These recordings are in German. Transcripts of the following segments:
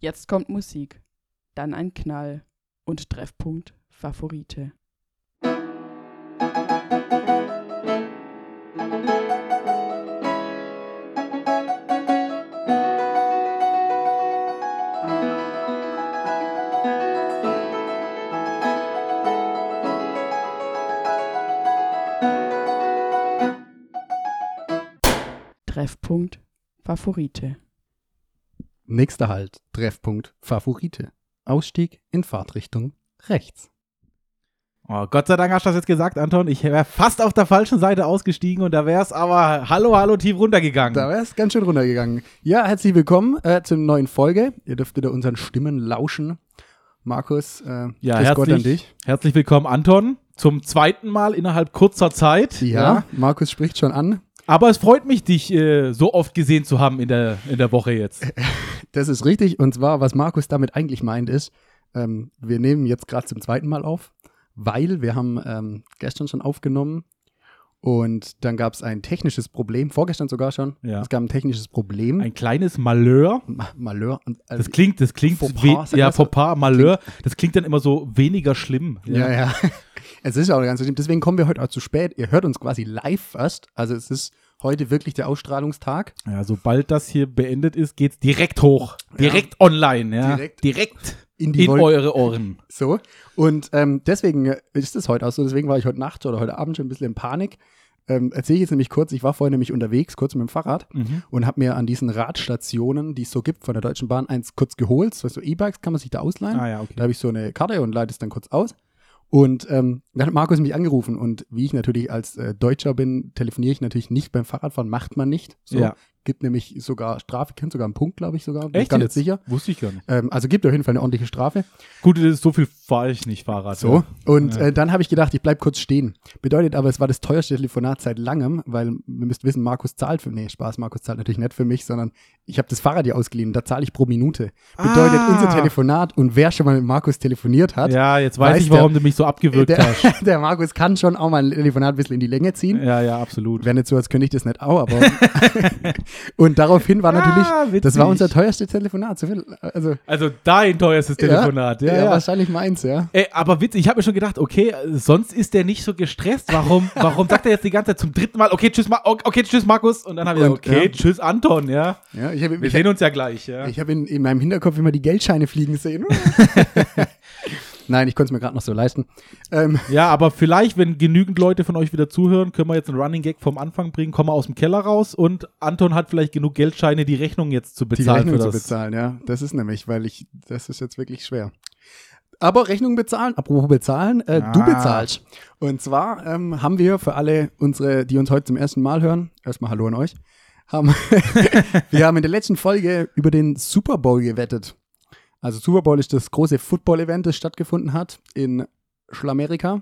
Jetzt kommt Musik, dann ein Knall und Treffpunkt Favorite. Treffpunkt Favorite. Nächster Halt, Treffpunkt Favorite. Ausstieg in Fahrtrichtung rechts. Oh, Gott sei Dank hast du das jetzt gesagt, Anton. Ich wäre fast auf der falschen Seite ausgestiegen und da wäre es aber hallo tief runtergegangen. Da wäre es ganz schön runtergegangen. Ja, herzlich willkommen zur neuen Folge. Ihr dürft wieder unseren Stimmen lauschen. Markus, grüß Gott an dich. Herzlich willkommen, Anton, zum zweiten Mal innerhalb kurzer Zeit. Ja, Markus spricht schon an. Aber es freut mich, dich so oft gesehen zu haben in der Woche jetzt. Das ist richtig. Und zwar, was Markus damit eigentlich meint, ist, wir nehmen jetzt gerade zum zweiten Mal auf, weil wir haben gestern schon aufgenommen und dann gab es ein technisches Problem, vorgestern sogar schon. Ja. Es gab ein technisches Problem. Ein kleines Malheur. Malheur. Das klingt Fauxpas, Malheur. Das klingt dann immer so weniger schlimm. Ja. Es ist auch ganz schlimm. Deswegen kommen wir heute auch zu spät. Ihr hört uns quasi live erst. Also es ist heute wirklich der Ausstrahlungstag. Ja, sobald das hier beendet ist, geht's direkt hoch. Direkt online. Ja. Direkt in eure Ohren. So. Und deswegen ist es heute auch so. Deswegen war ich heute Nacht oder heute Abend schon ein bisschen in Panik. Erzähle ich jetzt nämlich kurz. Ich war vorhin nämlich unterwegs, kurz mit dem Fahrrad und habe mir an diesen Radstationen, die es so gibt von der Deutschen Bahn, eins kurz geholt. So E-Bikes kann man sich da ausleihen. Ah, ja, okay. Da habe ich so eine Karte und leite es dann kurz aus. Und dann hat Markus mich angerufen und wie ich natürlich als Deutscher bin, telefoniere ich natürlich nicht beim Fahrradfahren, macht man nicht. So. Ja. Gibt nämlich sogar Strafe, kennt sogar einen Punkt, glaube ich sogar. Bin Echt? gar nicht sicher. Wusste ich gar nicht. Also gibt auf jeden Fall eine ordentliche Strafe. Gut, so viel fahre ich nicht Fahrrad. So, ja. und dann habe ich gedacht, ich bleibe kurz stehen. Bedeutet aber, es war das teuerste Telefonat seit langem, weil ihr müsst wissen, Markus zahlt Markus zahlt natürlich nicht für mich, sondern ich habe das Fahrrad hier ausgeliehen, da zahle ich pro Minute. Bedeutet unser Telefonat und wer schon mal mit Markus telefoniert hat. Ja, jetzt weiß ich, warum du mich so abgewürgt hast. Der Markus kann schon auch mal ein Telefonat ein bisschen in die Länge ziehen. Ja, absolut. Wäre nicht so, als könnte ich das nicht auch, aber und daraufhin war natürlich, das war unser teuerstes Telefonat. So viel, also dein teuerstes Telefonat. Ja, wahrscheinlich meins, ja. Ey, aber witzig, ich habe mir schon gedacht, okay, sonst ist der nicht so gestresst. Warum sagt er jetzt die ganze Zeit zum dritten Mal, okay, tschüss Markus. Und dann habe ich gesagt, okay, tschüss Anton, ja. Wir sehen uns ja gleich, ja. Ich habe in meinem Hinterkopf immer die Geldscheine fliegen sehen. Nein, ich konnte es mir gerade noch so leisten. Ja, aber vielleicht, wenn genügend Leute von euch wieder zuhören, können wir jetzt einen Running Gag vom Anfang bringen, kommen wir aus dem Keller raus und Anton hat vielleicht genug Geldscheine, die Rechnung jetzt zu bezahlen. Die Rechnung zu bezahlen, ja. Das ist nämlich, das ist jetzt wirklich schwer. Aber Rechnung bezahlen, apropos bezahlen, du bezahlst. Und zwar haben wir für alle unsere, die uns heute zum ersten Mal hören, erstmal Hallo an euch, wir haben in der letzten Folge über den Super Bowl gewettet. Also Super Bowl ist das große Football-Event, das stattgefunden hat in Schlamerika.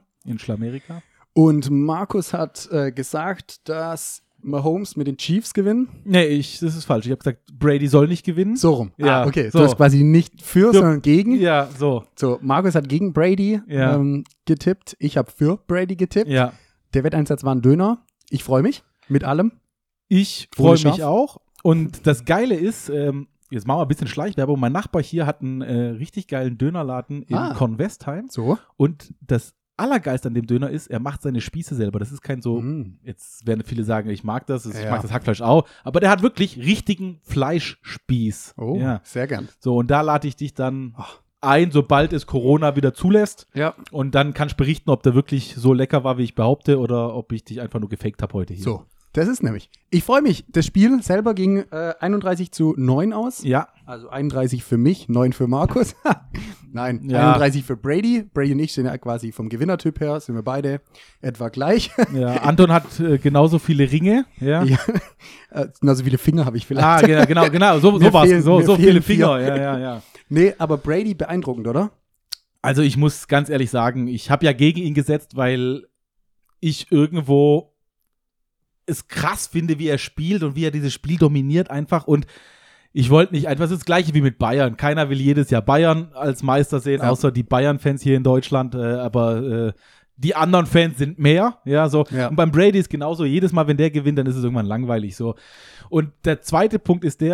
Und Markus hat gesagt, dass Mahomes mit den Chiefs gewinnen. Nee, das ist falsch. Ich habe gesagt, Brady soll nicht gewinnen. So rum. Ja, okay. So. Du hast quasi nicht für, sondern gegen. Ja, so. So, Markus hat gegen Brady getippt. Ich habe für Brady getippt. Ja. Der Wetteinsatz war ein Döner. Ich freue mich mit allem. Ich freue mich auch. Und das Geile ist, jetzt machen wir ein bisschen Schleichwerbung. Mein Nachbar hier hat einen richtig geilen Dönerladen in Kornwestheim. So. Und das Allergeilste an dem Döner ist, er macht seine Spieße selber. Das ist kein so, jetzt werden viele sagen, ich mag das, ich mag das Hackfleisch auch, aber der hat wirklich richtigen Fleischspieß. Oh, ja. Sehr gern. So, und da lade ich dich dann ein, sobald es Corona wieder zulässt. Ja. Und dann kannst du berichten, ob der wirklich so lecker war, wie ich behaupte, oder ob ich dich einfach nur gefaked habe heute hier. So. Das ist nämlich. Ich freue mich. Das Spiel selber ging 31-9 aus. Ja. Also 31 für mich, 9 für Markus. Nein, 31 für Brady. Brady und ich sind ja quasi vom Gewinnertyp her, sind wir beide etwa gleich. Ja, Anton hat genauso viele Ringe. Ja. Genauso viele Finger habe ich vielleicht. Genau. So viele Finger. Ja. Nee, aber Brady beeindruckend, oder? Also ich muss ganz ehrlich sagen, ich habe ja gegen ihn gesetzt, weil ich irgendwo es krass finde, wie er spielt und wie er dieses Spiel dominiert einfach und ich wollte nicht einfach, es ist das Gleiche wie mit Bayern. Keiner will jedes Jahr Bayern als Meister sehen, außer die Bayern-Fans hier in Deutschland, aber die anderen Fans sind mehr, so. Ja. Und beim Brady ist genauso, jedes Mal, wenn der gewinnt, dann ist es irgendwann langweilig, so. Und der zweite Punkt ist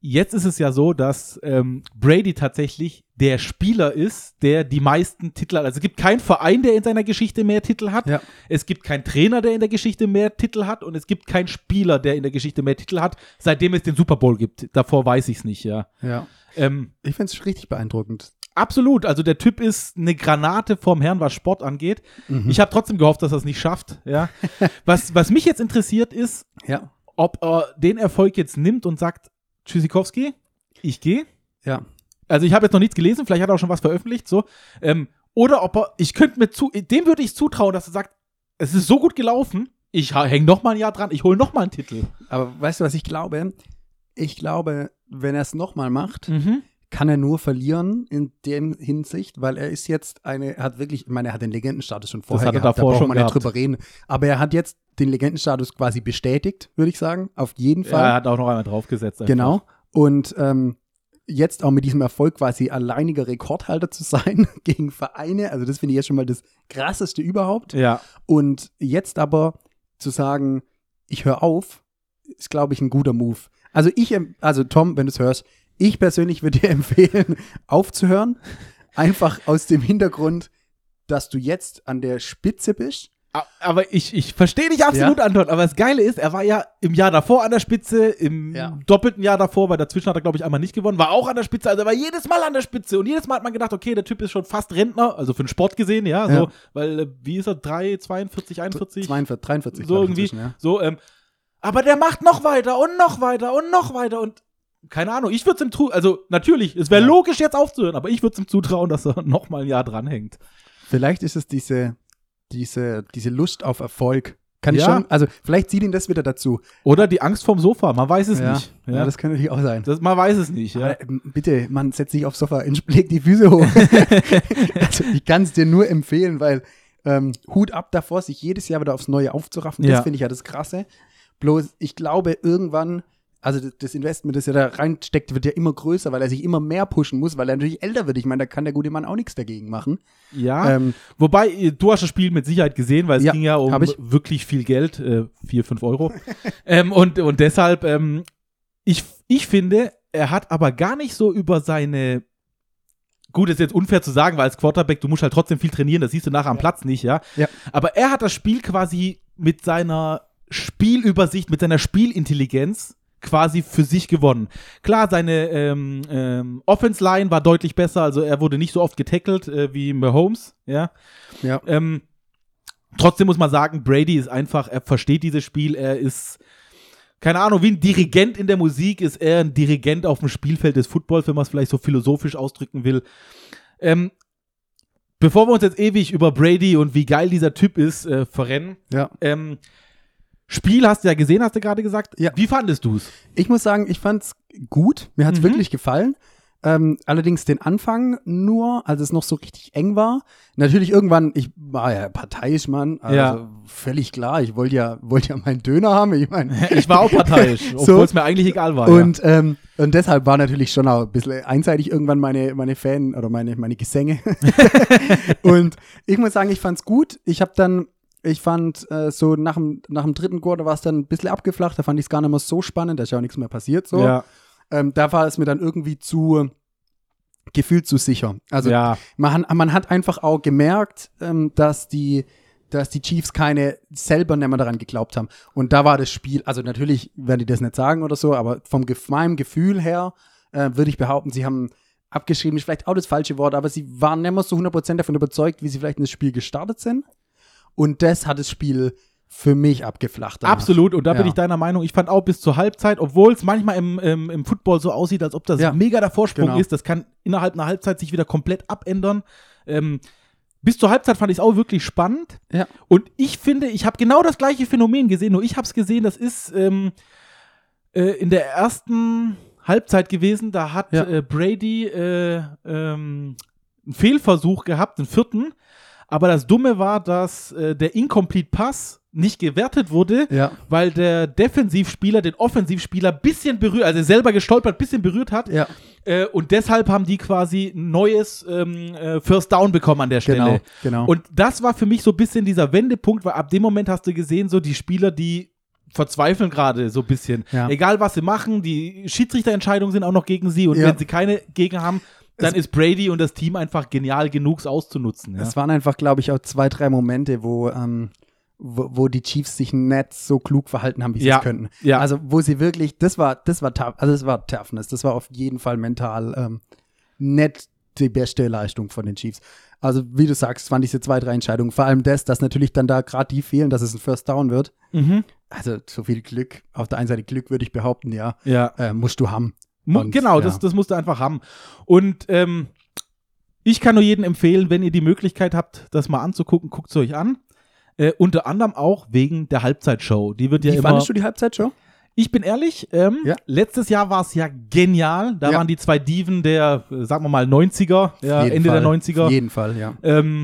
jetzt ist es ja so, dass Brady tatsächlich der Spieler ist, der die meisten Titel hat. Also es gibt keinen Verein, der in seiner Geschichte mehr Titel hat. Ja. Es gibt keinen Trainer, der in der Geschichte mehr Titel hat. Und es gibt keinen Spieler, der in der Geschichte mehr Titel hat, seitdem es den Super Bowl gibt. Davor weiß ich es nicht, ja. Ich finde es richtig beeindruckend. Absolut. Also der Typ ist eine Granate vorm Herrn, was Sport angeht. Ich habe trotzdem gehofft, dass er es nicht schafft. Ja. Was mich jetzt interessiert ist, ob er den Erfolg jetzt nimmt und sagt, Tschüssikowski, ich gehe. Ja. Also ich habe jetzt noch nichts gelesen, vielleicht hat er auch schon was veröffentlicht, so. Oder ob er, dem würde ich zutrauen, dass er sagt, es ist so gut gelaufen, ich hänge noch mal ein Jahr dran, ich hole noch mal einen Titel. Aber weißt du, was ich glaube? Ich glaube, wenn er es noch mal macht, kann er nur verlieren in dem Hinsicht, weil er ist jetzt er hat den Legendenstatus schon vorher gehabt, da braucht man nicht drüber reden. Aber er hat jetzt den Legendenstatus quasi bestätigt, würde ich sagen, auf jeden Fall. Ja, er hat auch noch einmal draufgesetzt. Einfach. Genau. Und jetzt auch mit diesem Erfolg quasi alleiniger Rekordhalter zu sein gegen Vereine, also das finde ich jetzt schon mal das Krasseste überhaupt. Ja. Und jetzt aber zu sagen, ich höre auf, ist, glaube ich, ein guter Move. Also Tom, wenn du es hörst, ich persönlich würde dir empfehlen, aufzuhören. Einfach aus dem Hintergrund, dass du jetzt an der Spitze bist. Aber ich verstehe dich absolut, Anton. Aber das Geile ist, er war ja im Jahr davor an der Spitze, im doppelten Jahr davor, weil dazwischen hat er, glaube ich, einmal nicht gewonnen, war auch an der Spitze. Also er war jedes Mal an der Spitze. Und jedes Mal hat man gedacht, okay, der Typ ist schon fast Rentner, also für den Sport gesehen, so, weil, wie ist er, 42, 41? 43. So irgendwie, so, aber der macht noch weiter und noch weiter und noch weiter und keine Ahnung, ich würde es ihm also natürlich, es wäre logisch jetzt aufzuhören, aber ich würde es ihm zutrauen, dass er noch mal ein Jahr dranhängt. Vielleicht ist es diese Lust auf Erfolg. Kann ich schon, also vielleicht zieht ihn das wieder dazu. Oder die Angst vorm Sofa, man weiß es nicht. Ja, das kann natürlich auch sein. Man weiß es nicht, ja. Bitte, man setzt sich aufs Sofa und legt die Füße hoch. Also ich kann es dir nur empfehlen, weil Hut ab davor, sich jedes Jahr wieder aufs Neue aufzuraffen, das finde ich ja das Krasse. Bloß, ich glaube, irgendwann, also das Investment, das er da reinsteckt, wird ja immer größer, weil er sich immer mehr pushen muss, weil er natürlich älter wird. Ich meine, da kann der gute Mann auch nichts dagegen machen. Ja, wobei, du hast das Spiel mit Sicherheit gesehen, weil es ging ja um wirklich viel Geld, 4-5 Euro. Und deshalb, ich finde, er hat aber gar nicht so über seine, gut, ist jetzt unfair zu sagen, weil als Quarterback, du musst halt trotzdem viel trainieren, das siehst du nachher am Platz nicht, ja. Aber er hat das Spiel quasi mit seiner Spielübersicht, mit seiner Spielintelligenz quasi für sich gewonnen. Klar, seine Offense-Line war deutlich besser, also er wurde nicht so oft getackelt wie Mahomes, ja. Trotzdem muss man sagen, Brady ist einfach, er versteht dieses Spiel, er ist, keine Ahnung, wie ein Dirigent in der Musik ist er ein Dirigent auf dem Spielfeld des Footballs, wenn man es vielleicht so philosophisch ausdrücken will. Bevor wir uns jetzt ewig über Brady und wie geil dieser Typ ist, verrennen, Spiel hast du ja gesehen, hast du gerade gesagt. Ja. Wie fandest du es? Ich muss sagen, ich fand es gut. Mir hat es wirklich gefallen. Allerdings den Anfang nur, als es noch so richtig eng war. Natürlich irgendwann, ich war ja parteiisch, Mann. Also völlig klar. Ich wollte ja meinen Döner haben. Ich meine, ich war auch parteiisch, obwohl es mir eigentlich egal war. Und deshalb war natürlich schon auch ein bisschen einseitig irgendwann meine Fan oder meine Gesänge. Und ich muss sagen, ich fand's gut. Ich fand, so nach dem dritten Quarter war es dann ein bisschen abgeflacht, da fand ich es gar nicht mehr so spannend, da ist ja auch nichts mehr passiert so. Ja. Da war es mir dann irgendwie gefühlt zu sicher. Also man hat einfach auch gemerkt, dass die Chiefs selber nicht mehr daran geglaubt haben. Und da war das Spiel, also natürlich werden die das nicht sagen oder so, aber von meinem Gefühl her würde ich behaupten, sie haben abgeschrieben, ist vielleicht auch das falsche Wort, aber sie waren nicht mehr so 100% davon überzeugt, wie sie vielleicht in das Spiel gestartet sind. Und das hat das Spiel für mich abgeflacht. Danach. Absolut, und da bin ich deiner Meinung. Ich fand auch bis zur Halbzeit, obwohl es manchmal im Football so aussieht, als ob das mega der Vorsprung ist, das kann innerhalb einer Halbzeit sich wieder komplett abändern. Bis zur Halbzeit fand ich es auch wirklich spannend. Ja. Und ich finde, ich habe genau das gleiche Phänomen gesehen, nur ich habe es gesehen, das ist in der ersten Halbzeit gewesen, da hat Brady einen Fehlversuch gehabt, einen vierten. Aber das Dumme war, dass der Incomplete Pass nicht gewertet wurde, weil der Defensivspieler den Offensivspieler ein bisschen berührt, also selber gestolpert, ein bisschen berührt hat. Ja. Und deshalb haben die quasi ein neues First Down bekommen an der Stelle. Genau. Und das war für mich so ein bisschen dieser Wendepunkt, weil ab dem Moment hast du gesehen, so die Spieler, die verzweifeln gerade so ein bisschen. Ja. Egal, was sie machen, die Schiedsrichterentscheidungen sind auch noch gegen sie und wenn sie keine Gegner haben, dann ist Brady und das Team einfach genial genug, es auszunutzen. Ja. Es waren einfach, glaube ich, auch 2, 3 Momente, wo die Chiefs sich nicht so klug verhalten haben, wie sie es könnten. Ja. Also wo sie wirklich, das war Toughness, das war auf jeden Fall mental nicht die beste Leistung von den Chiefs. Also wie du sagst, es waren diese 2, 3 Entscheidungen, vor allem dass natürlich dann da gerade die fehlen, dass es ein First Down wird. Also so viel Glück, auf der einen Seite Glück würde ich behaupten, musst du haben. Genau, das musst du einfach haben. Und ich kann nur jedem empfehlen, wenn ihr die Möglichkeit habt, das mal anzugucken, guckt es euch an. Unter anderem auch wegen der Halbzeitshow. Die wird ja Wie immer. fandest du die Halbzeitshow? Ich bin ehrlich, letztes Jahr war es ja genial. Da waren die 2 Diven der, sagen wir mal, 90er, Ende der 90er. Auf jeden Fall, ja.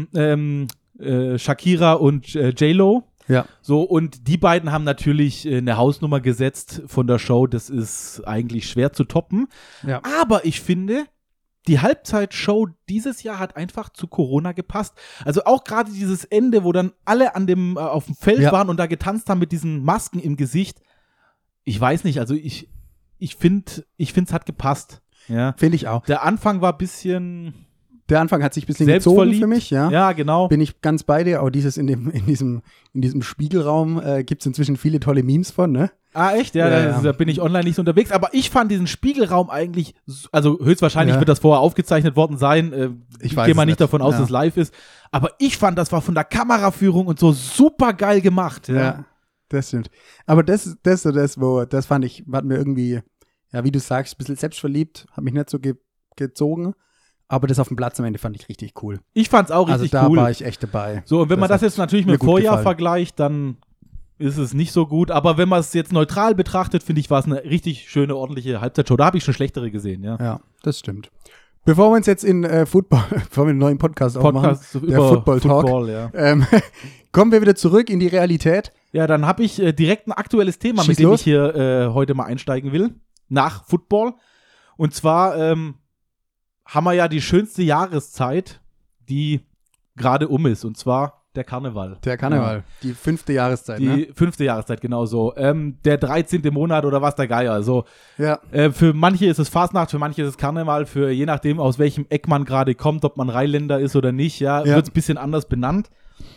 Shakira und J-Lo. Ja. So, und die beiden haben natürlich eine Hausnummer gesetzt von der Show. Das ist eigentlich schwer zu toppen. Ja. Aber ich finde, die Halbzeitshow dieses Jahr hat einfach zu Corona gepasst. Also auch gerade dieses Ende, wo dann alle auf dem Feld waren und da getanzt haben mit diesen Masken im Gesicht. Ich weiß nicht, also ich finde, es hat gepasst. Ja. Finde ich auch. Der Anfang war ein bisschen. Der Anfang hat sich ein bisschen gezogen für mich, ja. Ja, genau. Bin ich ganz bei dir. Auch in diesem Spiegelraum gibt es inzwischen viele tolle Memes von, ne? Ah, echt? Ja, da bin ich online nicht so unterwegs. Aber ich fand diesen Spiegelraum eigentlich, also höchstwahrscheinlich wird das vorher aufgezeichnet worden sein. Ich gehe mal nicht davon aus, dass es live ist. Aber ich fand, das war von der Kameraführung und so super geil gemacht. Ja, das stimmt. Aber das fand ich, hat mir irgendwie, ja, wie du sagst, ein bisschen selbstverliebt, hat mich nicht so gezogen. Aber das auf dem Platz am Ende fand ich richtig cool. Ich fand's auch richtig cool. Also da war ich echt dabei. So, und wenn man das jetzt natürlich mit dem Vorjahr vergleicht, dann ist es nicht so gut. Aber wenn man es jetzt neutral betrachtet, finde ich, war es eine richtig schöne, ordentliche Halbzeitshow. Da habe ich schon schlechtere gesehen, ja. Ja, das stimmt. Bevor wir uns jetzt in bevor wir einen neuen Podcast aufmachen, der Football-Talk, kommen wir wieder zurück in die Realität. Ja, dann habe ich direkt ein aktuelles Thema, mit dem ich hier heute mal einsteigen will. Nach Football. Und zwar haben wir ja die schönste Jahreszeit, die gerade ist, und zwar der Karneval. Der Karneval, die 5. Jahreszeit, ne? Die 5. Jahreszeit, genau so. Der 13. Monat oder was der Geier. So. Ja. Für manche ist es Fastnacht, für manche ist es Karneval, für je nachdem, aus welchem Eck man gerade kommt, ob man Rheinländer ist oder nicht, wird es ein bisschen anders benannt.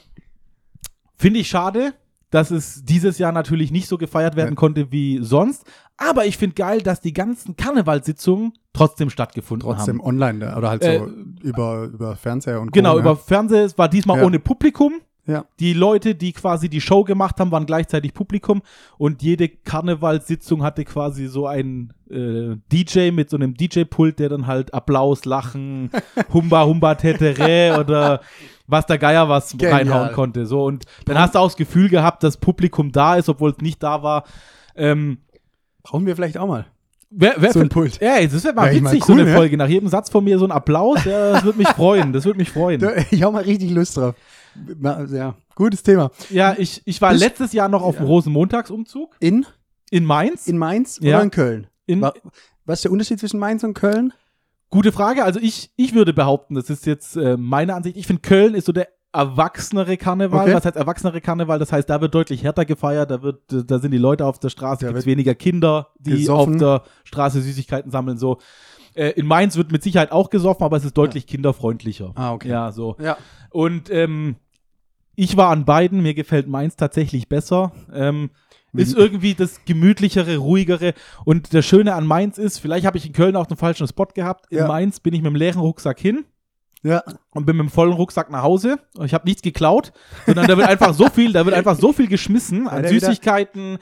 Finde ich schade, dass es dieses Jahr natürlich nicht so gefeiert werden konnte wie sonst. Aber ich finde geil, dass die ganzen Karnevalssitzungen trotzdem stattgefunden haben. Trotzdem online oder halt so über Fernseher und Genau, über Fernseher. Es war diesmal ohne Publikum. Ja. Die Leute, die quasi die Show gemacht haben, waren gleichzeitig Publikum. Und jede Karnevalssitzung hatte quasi so einen DJ mit so einem DJ-Pult, der dann halt Applaus, Lachen, Humba, Humba, Tetere oder was der Geier reinhauen konnte. So, und dann hast du auch das Gefühl gehabt, dass Publikum da ist, obwohl es nicht da war. Brauchen wir vielleicht auch mal. So ein Pult. Ja, das wäre mal witzig, cool, so eine Folge. Nach jedem Satz von mir so ein Applaus, das würde mich freuen. Ich habe mal richtig Lust drauf. Ja, gutes Thema. Ja, ich war letztes Jahr noch auf dem Rosenmontagsumzug. In Mainz. In Mainz oder in Köln? Was ist der Unterschied zwischen Mainz und Köln? Gute Frage. Also ich würde behaupten, das ist jetzt meine Ansicht, ich finde, Köln ist so der erwachsenere Karneval. Okay. Was heißt erwachsenere Karneval? Das heißt, da wird deutlich härter gefeiert, da sind die Leute auf der Straße, gibt es weniger Kinder, die gesoffen. Auf der Straße Süßigkeiten sammeln, so. In Mainz wird mit Sicherheit auch gesoffen, aber es ist deutlich kinderfreundlicher. Ah, okay. Ja, so. Ja. Und ich war an beiden, mir gefällt Mainz tatsächlich besser. Ist irgendwie das gemütlichere, ruhigere. Und das Schöne an Mainz ist, vielleicht habe ich in Köln auch den falschen Spot gehabt. In Mainz bin ich mit dem leeren Rucksack hin. Ja. Und bin mit dem vollen Rucksack nach Hause. Ich habe nichts geklaut, sondern da wird einfach so viel geschmissen an Süßigkeiten,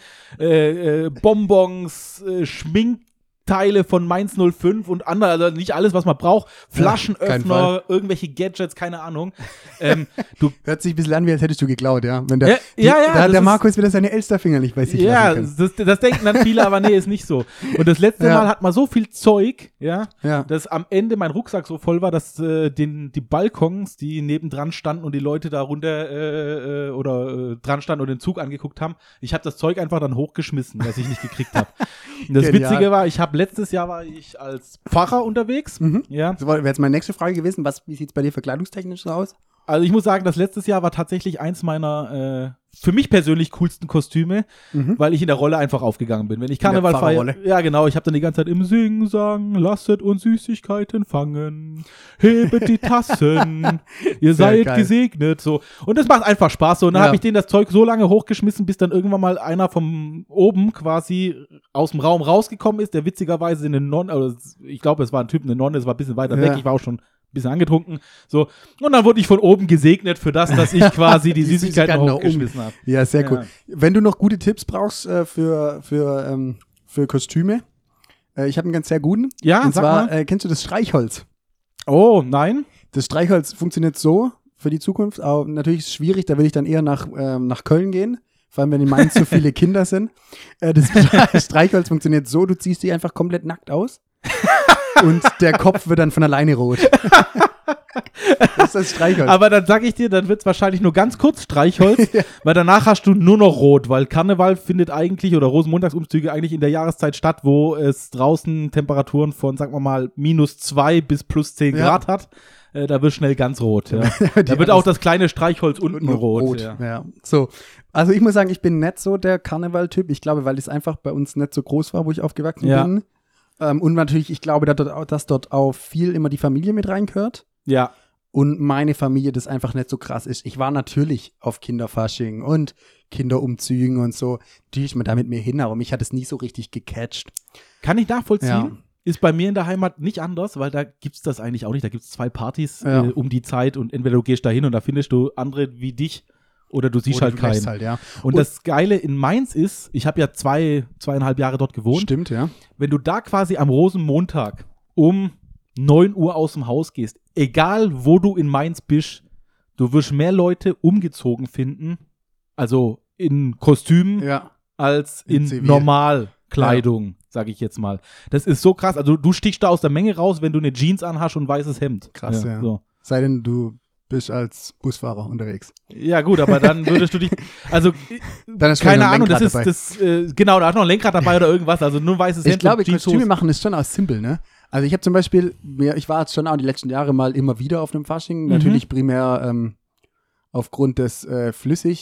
Bonbons, Schminkteile von Mainz 05 und andere, also nicht alles, was man braucht. Flaschenöffner, irgendwelche Gadgets, keine Ahnung. Hört sich ein bisschen an, wie als hättest du geklaut, ja. Wenn der Markus wieder seine Elsterfinger nicht bei sich lassen kann. Das denken dann viele, aber nee, ist nicht so. Und das letzte Mal hat man so viel Zeug, dass am Ende mein Rucksack so voll war, dass die Balkons, die nebendran standen und die Leute da runter dran standen und den Zug angeguckt haben, ich habe das Zeug einfach dann hochgeschmissen, was ich nicht gekriegt habe. Und das Witzige war, letztes Jahr war ich als Pfarrer unterwegs. Ja. Das wäre jetzt meine nächste Frage gewesen. Wie sieht es bei dir verkleidungstechnisch so aus? Also ich muss sagen, das letztes Jahr war tatsächlich eins meiner für mich persönlich coolsten Kostüme, weil ich in der Rolle einfach aufgegangen bin. Wenn ich Karneval feiere, ja genau, ich habe dann die ganze Zeit im Singen sagen, lasset uns Süßigkeiten fangen, hebet die Tassen, ihr seid geil. Gesegnet, so. Und das macht einfach Spaß, so. Und dann habe ich denen das Zeug so lange hochgeschmissen, bis dann irgendwann mal einer von oben quasi aus dem Raum rausgekommen ist, der witzigerweise eine Nonne, also ich glaube, es war ein Typ, eine Nonne, es war ein bisschen weiter weg, ich war auch schon bisschen angetrunken, so. Und dann wurde ich von oben gesegnet für das, dass ich quasi die Süßigkeiten hochgeschmissen habe. Ja, sehr cool. Wenn du noch gute Tipps brauchst für Kostüme, ich habe einen ganz sehr guten. Ja, und zwar, kennst du das Streichholz? Oh, nein. Das Streichholz funktioniert so für die Zukunft, aber natürlich ist es schwierig, da will ich dann eher nach Köln gehen, vor allem wenn in Mainz so viele Kinder sind. Das Streichholz funktioniert so, du ziehst dich einfach komplett nackt aus. Und der Kopf wird dann von alleine rot. Das ist das Streichholz. Aber dann sag ich dir, dann wird es wahrscheinlich nur ganz kurz Streichholz, weil danach hast du nur noch rot, weil Karneval findet eigentlich, oder Rosenmontagsumzüge eigentlich in der Jahreszeit statt, wo es draußen Temperaturen von, sagen wir mal, -2 bis +10 Grad hat. Da wird schnell ganz rot. Ja. Da wird auch das kleine Streichholz unten rot. Ja. So, also ich muss sagen, ich bin nicht so der Karneval-Typ. Ich glaube, weil es einfach bei uns nicht so groß war, wo ich aufgewachsen bin. Und natürlich, ich glaube, dass dort auch viel immer die Familie mit reingehört. Ja. Und meine Familie das einfach nicht so krass ist. Ich war natürlich auf Kinderfasching und Kinderumzügen und so. Die ist mir da mit mir hin, aber mich hat es nie so richtig gecatcht. Kann ich nachvollziehen. Ja. Ist bei mir in der Heimat nicht anders, weil da gibt's das eigentlich auch nicht. Da gibt's 2 Partys um die Zeit und entweder du gehst da hin und da findest du andere wie dich oder du siehst halt keinen. Halt, ja. Und das Geile in Mainz ist, ich habe ja 2,5 Jahre dort gewohnt. Stimmt, ja. Wenn du da quasi am Rosenmontag um 9 Uhr aus dem Haus gehst, egal wo du in Mainz bist, du wirst mehr Leute umgezogen finden, also in Kostümen, als in Normalkleidung, sage ich jetzt mal. Das ist so krass. Also du stichst da aus der Menge raus, wenn du eine Jeans anhast und ein weißes Hemd. Krass, ja. So. Sei denn, du bist als Busfahrer unterwegs. Ja gut, aber dann würdest du dich, also dann ist keine Ahnung, genau, da hast du noch ein Lenkrad dabei oder irgendwas, also nur weißes Hemd. Ich glaube, Kostüme machen ist schon auch simpel, ne? Also ich habe zum Beispiel, ich war jetzt schon auch die letzten Jahre mal immer wieder auf einem Fasching, natürlich primär aufgrund des der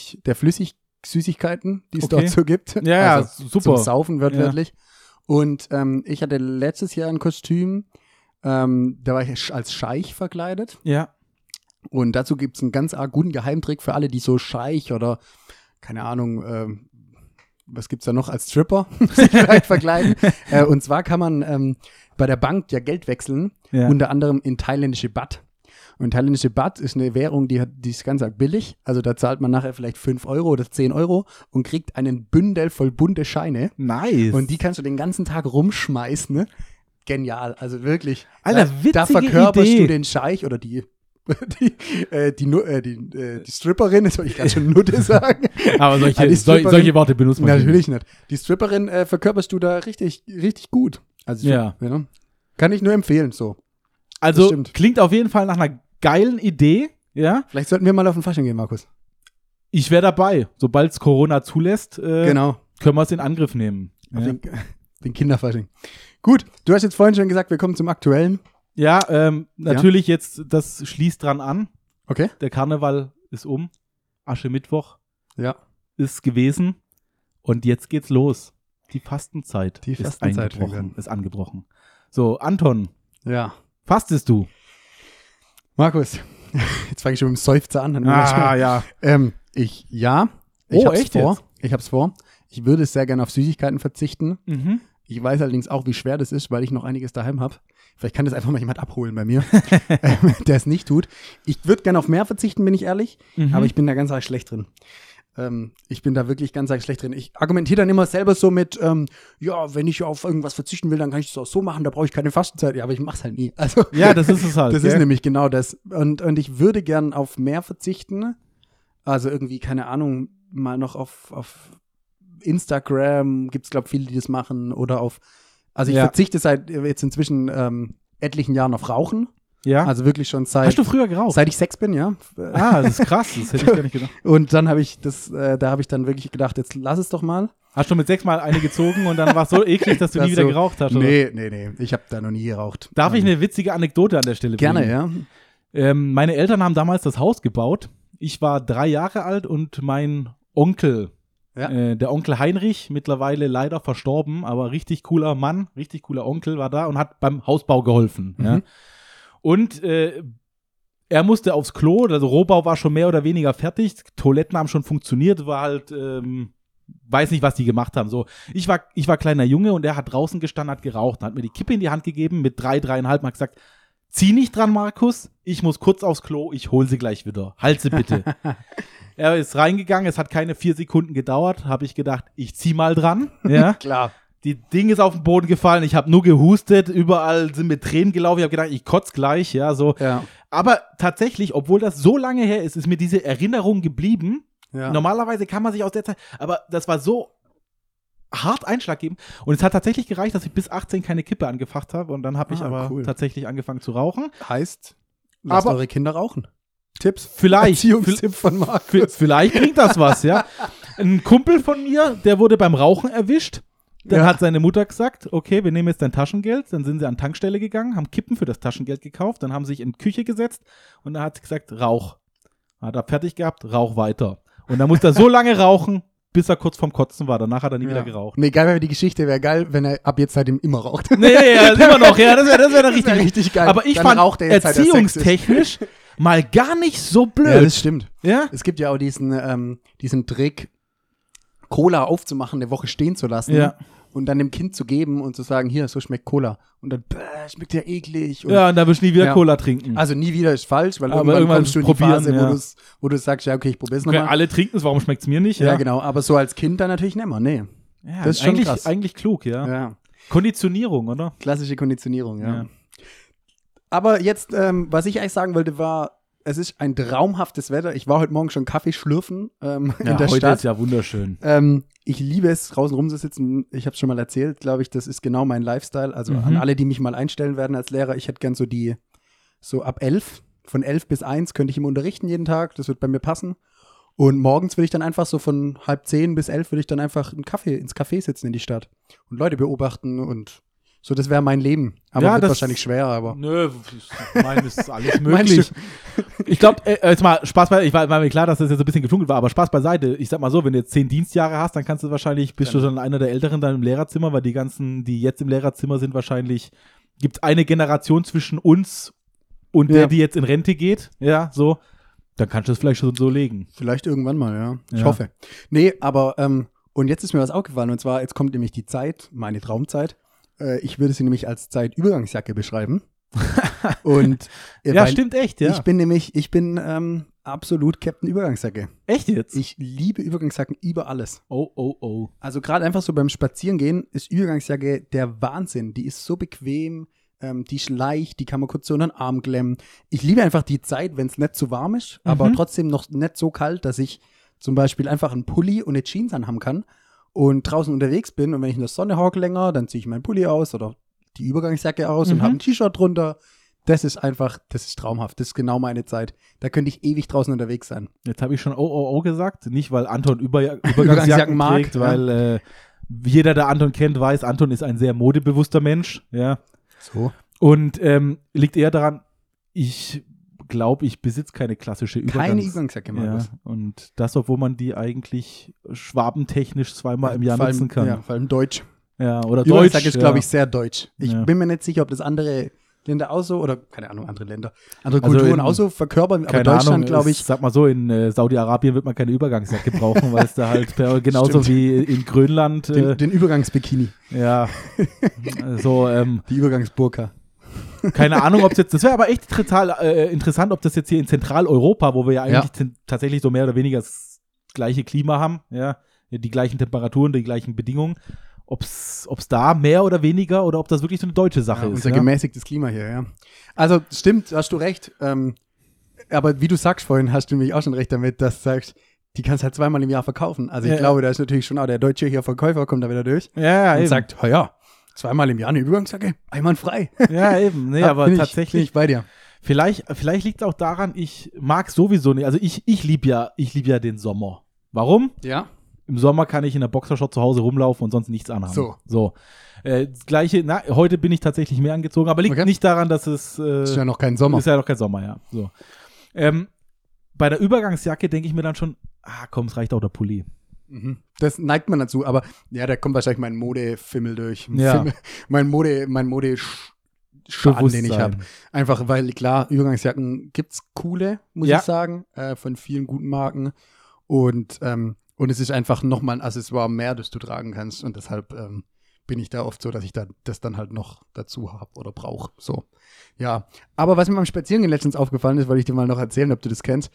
Flüssigsüßigkeiten, die es dort so gibt. Ja, also super. Zum Saufen wörtlich. Und ich hatte letztes Jahr ein Kostüm, da war ich als Scheich verkleidet. Ja. Und dazu gibt es einen ganz arg guten Geheimtrick für alle, die so Scheich oder, keine Ahnung, was gibt's da noch als Stripper sich vielleicht verkleiden. Und zwar kann man bei der Bank ja Geld wechseln, unter anderem in thailändische Baht. Und thailändische Baht ist eine Währung, die ist ganz arg billig. Also da zahlt man nachher vielleicht 5 Euro oder 10 Euro und kriegt einen Bündel voll bunte Scheine. Nice. Und die kannst du den ganzen Tag rumschmeißen, ne? Genial, also wirklich. Alter, witzige da verkörperst Idee. Du den Scheich oder die Stripperin, das wollte ich gerade schon Nutte sagen. Aber solche Worte benutzt man natürlich nicht. Die Stripperin verkörperst du da richtig, richtig gut. Also kann ich nur empfehlen, so. Also klingt auf jeden Fall nach einer geilen Idee, ja. Vielleicht sollten wir mal auf den Fasching gehen, Markus. Ich wäre dabei. Sobald es Corona zulässt, können wir es in Angriff nehmen. Auf den Kinderfasching. Gut, du hast jetzt vorhin schon gesagt, wir kommen zum Aktuellen. Ja, natürlich jetzt, das schließt dran an. Okay. Der Karneval ist Aschermittwoch ist gewesen und jetzt geht's los. Die Fastenzeit, ist angebrochen. So, Anton. Ja. Fastest du? Markus, jetzt fange ich schon mit dem Seufzer an. Ja. Ich hab's vor. Ich würde sehr gerne auf Süßigkeiten verzichten. Mhm. Ich weiß allerdings auch, wie schwer das ist, weil ich noch einiges daheim habe. Vielleicht kann das einfach mal jemand abholen bei mir, der es nicht tut. Ich würde gerne auf mehr verzichten, bin ich ehrlich, aber ich bin da ganz arg schlecht drin. Ich bin da wirklich ganz arg schlecht drin. Ich argumentiere dann immer selber so mit, wenn ich auf irgendwas verzichten will, dann kann ich das auch so machen, da brauche ich keine Fastenzeit. Ja, aber ich mache es halt nie. Also, ja, das ist es halt. Das ist nämlich genau das. Und ich würde gern auf mehr verzichten. Also irgendwie, keine Ahnung, mal noch auf Instagram gibt es, glaube ich, viele, die das machen. Oder also ich verzichte seit jetzt inzwischen etlichen Jahren auf Rauchen. Ja. Also wirklich schon seit. Hast du früher geraucht? Seit ich 6 bin, ja. Ah, das ist krass, das hätte ich gar nicht gedacht. Und dann habe ich da habe ich dann wirklich gedacht, jetzt lass es doch mal. Hast du mit 6 Mal eine gezogen und dann war es so eklig, dass du nie wieder geraucht hast? Oder? Nee. Ich habe da noch nie geraucht. Darf ich eine witzige Anekdote an der Stelle bringen? Gerne, ja. Meine Eltern haben damals das Haus gebaut. Ich war 3 Jahre alt und mein Onkel, der Onkel Heinrich, mittlerweile leider verstorben, aber richtig cooler Mann, richtig cooler Onkel war da und hat beim Hausbau geholfen. Mhm. Ja. Und er musste aufs Klo, also Rohbau war schon mehr oder weniger fertig, Toiletten haben schon funktioniert, war halt, weiß nicht, was die gemacht haben. So, ich war kleiner Junge und er hat draußen gestanden, hat geraucht, hat mir die Kippe in die Hand gegeben, mit 3,5, hat gesagt, zieh nicht dran, Markus, ich muss kurz aufs Klo, ich hol sie gleich wieder. Halt sie bitte. Er ist reingegangen, es hat keine 4 Sekunden gedauert, habe ich gedacht, ich zieh mal dran. Ja. Klar. Die Ding ist auf den Boden gefallen, ich habe nur gehustet, überall sind mit Tränen gelaufen, ich habe gedacht, ich kotz gleich, ja, so. Ja. Aber tatsächlich, obwohl das so lange her ist, ist mir diese Erinnerung geblieben. Ja. Normalerweise kann man sich aus der Zeit, aber das war so hart einschlaggebend. Und es hat tatsächlich gereicht, dass ich bis 18 keine Kippe angefacht habe und dann habe ich aber tatsächlich angefangen zu rauchen. Heißt, lasst Aber- eure Kinder rauchen. Tipps? Vielleicht, Erziehungstipp von Markus. vielleicht bringt das was, ja. Ein Kumpel von mir, der wurde beim Rauchen erwischt. Dann Ja. hat seine Mutter gesagt, okay, wir nehmen jetzt dein Taschengeld. Dann sind sie an die Tankstelle gegangen, haben Kippen für das Taschengeld gekauft, dann haben sie sich in die Küche gesetzt und dann hat sie gesagt, rauch. Hat er fertig gehabt, rauch weiter. Und dann musste er so lange rauchen, bis er kurz vorm Kotzen war. Danach hat er nie wieder geraucht. Nee, geil wäre die Geschichte, wäre geil, wenn er ab jetzt seitdem immer raucht. Nee, ja, immer noch, ja, das wäre Das wär richtig geil. Aber ich Dann fand raucht er jetzt, seit er 6 ist. erziehungstechnisch mal gar nicht so Ja, blöd. das stimmt. Ja? Es gibt ja auch diesen Trick, Cola aufzumachen, eine Woche stehen zu lassen Ja. und dann dem Kind zu geben und zu sagen, hier, so schmeckt Cola. Und dann, schmeckt ja eklig. Und Ja, und da wirst du nie wieder Ja. Cola trinken. Also nie wieder ist falsch, weil Aber irgendwann irgendwann kommst du in die probieren, Phase, ja. wo du sagst, ja, okay, ich probier's Okay, nochmal. alle trinken es, warum schmeckt es mir nicht? Ja, genau. Aber so als Kind dann natürlich nicht mehr. Nee. Ja, Das ist schon eigentlich, krass. eigentlich klug, ja. Ja. Konditionierung, oder? Klassische Konditionierung, ja. Ja. Aber jetzt, was ich eigentlich sagen wollte, war, es ist ein traumhaftes Wetter. Ich war heute Morgen schon Kaffee schlürfen in der heute Stadt. ist ja wunderschön. Ich liebe es, draußen rumzusitzen. Ich habe es schon mal erzählt, glaube ich, das ist genau mein Lifestyle. Also Mhm. an alle, die mich mal einstellen werden als Lehrer, ich hätte gern so ab 11, von 11 bis 1 könnte ich immer unterrichten jeden Tag. Das wird bei mir passen. Und morgens würde ich dann einfach so von 9:30 bis 11 würde ich dann einfach ins Café sitzen in die Stadt und Leute beobachten und so, das wäre mein Leben. Aber Ja, wird das- wahrscheinlich schwer, aber. Nö, ich meine, es ist alles Meinst möglich. Ich glaube, jetzt mal Spaß beiseite, war mir klar, dass das jetzt ein bisschen geflunkelt war, aber Spaß beiseite. Ich sag mal so, wenn du jetzt 10 Dienstjahre hast, dann kannst du wahrscheinlich, bist du schon einer der Älteren dann im Lehrerzimmer, weil die ganzen, die jetzt im Lehrerzimmer sind, wahrscheinlich, gibt es eine Generation zwischen uns und der, Ja. die jetzt in Rente geht, ja, so. Dann kannst du es vielleicht schon so legen. Vielleicht irgendwann mal, ja. Ich Ja. hoffe. Nee, aber, und jetzt ist mir was aufgefallen, und zwar, jetzt kommt nämlich die Zeit, meine Traumzeit. Ich würde sie nämlich als Zeitübergangsjacke beschreiben. Und Ja, weil stimmt echt, ja. Ich bin absolut Captain Übergangsjacke. Echt jetzt? Ich liebe Übergangsjacken über alles. Oh. Also gerade einfach so beim Spazierengehen ist Übergangsjacke der Wahnsinn. Die ist so bequem, die ist leicht, die kann man kurz so unter den Arm klemmen. Ich liebe einfach die Zeit, wenn es nicht zu warm ist, aber trotzdem noch nicht so kalt, dass ich zum Beispiel einfach einen Pulli und eine Jeans anhaben kann und draußen unterwegs bin und wenn ich in der Sonne hocke länger, dann ziehe ich meinen Pulli aus oder die Übergangsjacke aus und habe ein T-Shirt drunter. Das ist traumhaft. Das ist genau meine Zeit. Da könnte ich ewig draußen unterwegs sein. Jetzt habe ich schon gesagt, nicht weil Anton Übergangsjacken Übergangsjacken mag, trägt, weil jeder, der Anton kennt, weiß, Anton ist ein sehr modebewusster Mensch, ja. So. Und liegt eher daran, ich glaube, ich besitze keine klassische Keine Übergangsjacke, ja, Markus. und das, obwohl man die eigentlich schwabentechnisch zweimal im Jahr Vor allem- nutzen kann. Ja, vor allem Deutsch. Ja, oder Deutsch. Übergangsjacke ist, ja. glaube ich, sehr deutsch. Ich Ja. bin mir nicht sicher, ob das andere Länder auch so, oder keine Ahnung, andere Länder, andere Also Kulturen in- auch so verkörpern, aber Keine Deutschland, Ahnung, glaube ich, sag mal so, in Saudi-Arabien wird man keine Übergangsjacke brauchen, weil es da halt genauso Stimmt. wie in Grönland, den Übergangsbikini, ja, so, die Übergangsburka. keine Ahnung, ob es jetzt, das wäre aber echt total interessant, ob das jetzt hier in Zentraleuropa, wo wir ja eigentlich tatsächlich so mehr oder weniger das gleiche Klima haben, ja, die gleichen Temperaturen, die gleichen Bedingungen, ob's da mehr oder weniger oder ob das wirklich so eine deutsche Sache ist. Unser Ja? gemäßigtes Klima hier, ja. Also, stimmt, hast du recht. Aber wie du sagst vorhin, hast du nämlich auch schon recht damit, dass du sagst, die kannst halt zweimal im Jahr verkaufen. Also ich Ja. glaube, da ist natürlich schon auch der deutsche hier Verkäufer, kommt da wieder durch Ja, und eben. sagt, ja, zweimal im Jahr eine Übergangsjacke, einwandfrei. Ja, eben. Nee, Ja, aber bin tatsächlich. bin ich bei dir. Vielleicht liegt es auch daran, ich mag sowieso nicht. Also ich lieb ja den Sommer. Warum? Ja. Im Sommer kann ich in der Boxershort zu Hause rumlaufen und sonst nichts anhaben. So. Das Gleiche, heute bin ich tatsächlich mehr angezogen, aber liegt nicht daran, dass es ist ja noch kein Sommer. Ist ja noch kein Sommer, ja. So. Bei der Übergangsjacke denke ich mir dann schon, komm, es reicht auch der Pulli. Das neigt man dazu, aber ja, da kommt wahrscheinlich mein Modefimmel durch. Ja. Mein Modeschaden, den ich habe. Einfach, weil klar, Übergangsjacken gibt's coole, muss ich sagen, von vielen guten Marken. Und es ist einfach nochmal ein Accessoire mehr, das du tragen kannst. Und deshalb bin ich da oft so, dass ich das dann halt noch dazu habe oder brauche. So. Ja. Aber was mir beim Spazierengehen letztens aufgefallen ist, wollte ich dir mal noch erzählen, ob du das kennst.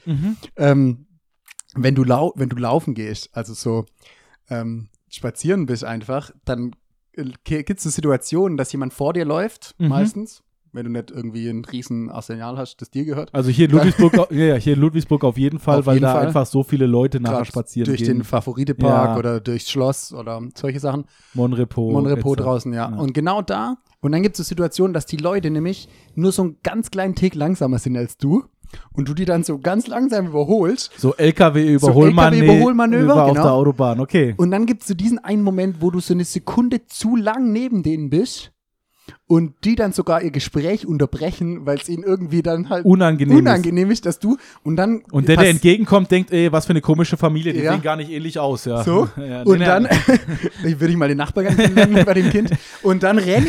Wenn du laufen gehst, also so spazieren bist einfach, dann gibt es so Situationen, dass jemand vor dir läuft, meistens, wenn du nicht irgendwie ein riesen Arsenal hast, das dir gehört. Also hier in Ludwigsburg, auf jeden Fall, weil da einfach so viele Leute nachher spazieren durch gehen. Durch den Favorite-Park oder durchs Schloss oder solche Sachen. Monrepo draußen, ja. Und genau da, und dann gibt es so Situationen, dass die Leute nämlich nur so einen ganz kleinen Tick langsamer sind als du. Und du die dann so ganz langsam überholst. So LKW-Überholmanöver auf der Autobahn, okay. Und dann gibt es so diesen einen Moment, wo du so eine Sekunde zu lang neben denen bist und die dann sogar ihr Gespräch unterbrechen, weil es ihnen irgendwie dann halt unangenehm ist, dass du und der entgegenkommt, denkt, was für eine komische Familie, die sehen gar nicht ähnlich aus. Ja. So, ja, und dann würde ich mal den Nachbarn kennenlernen bei dem Kind und dann renne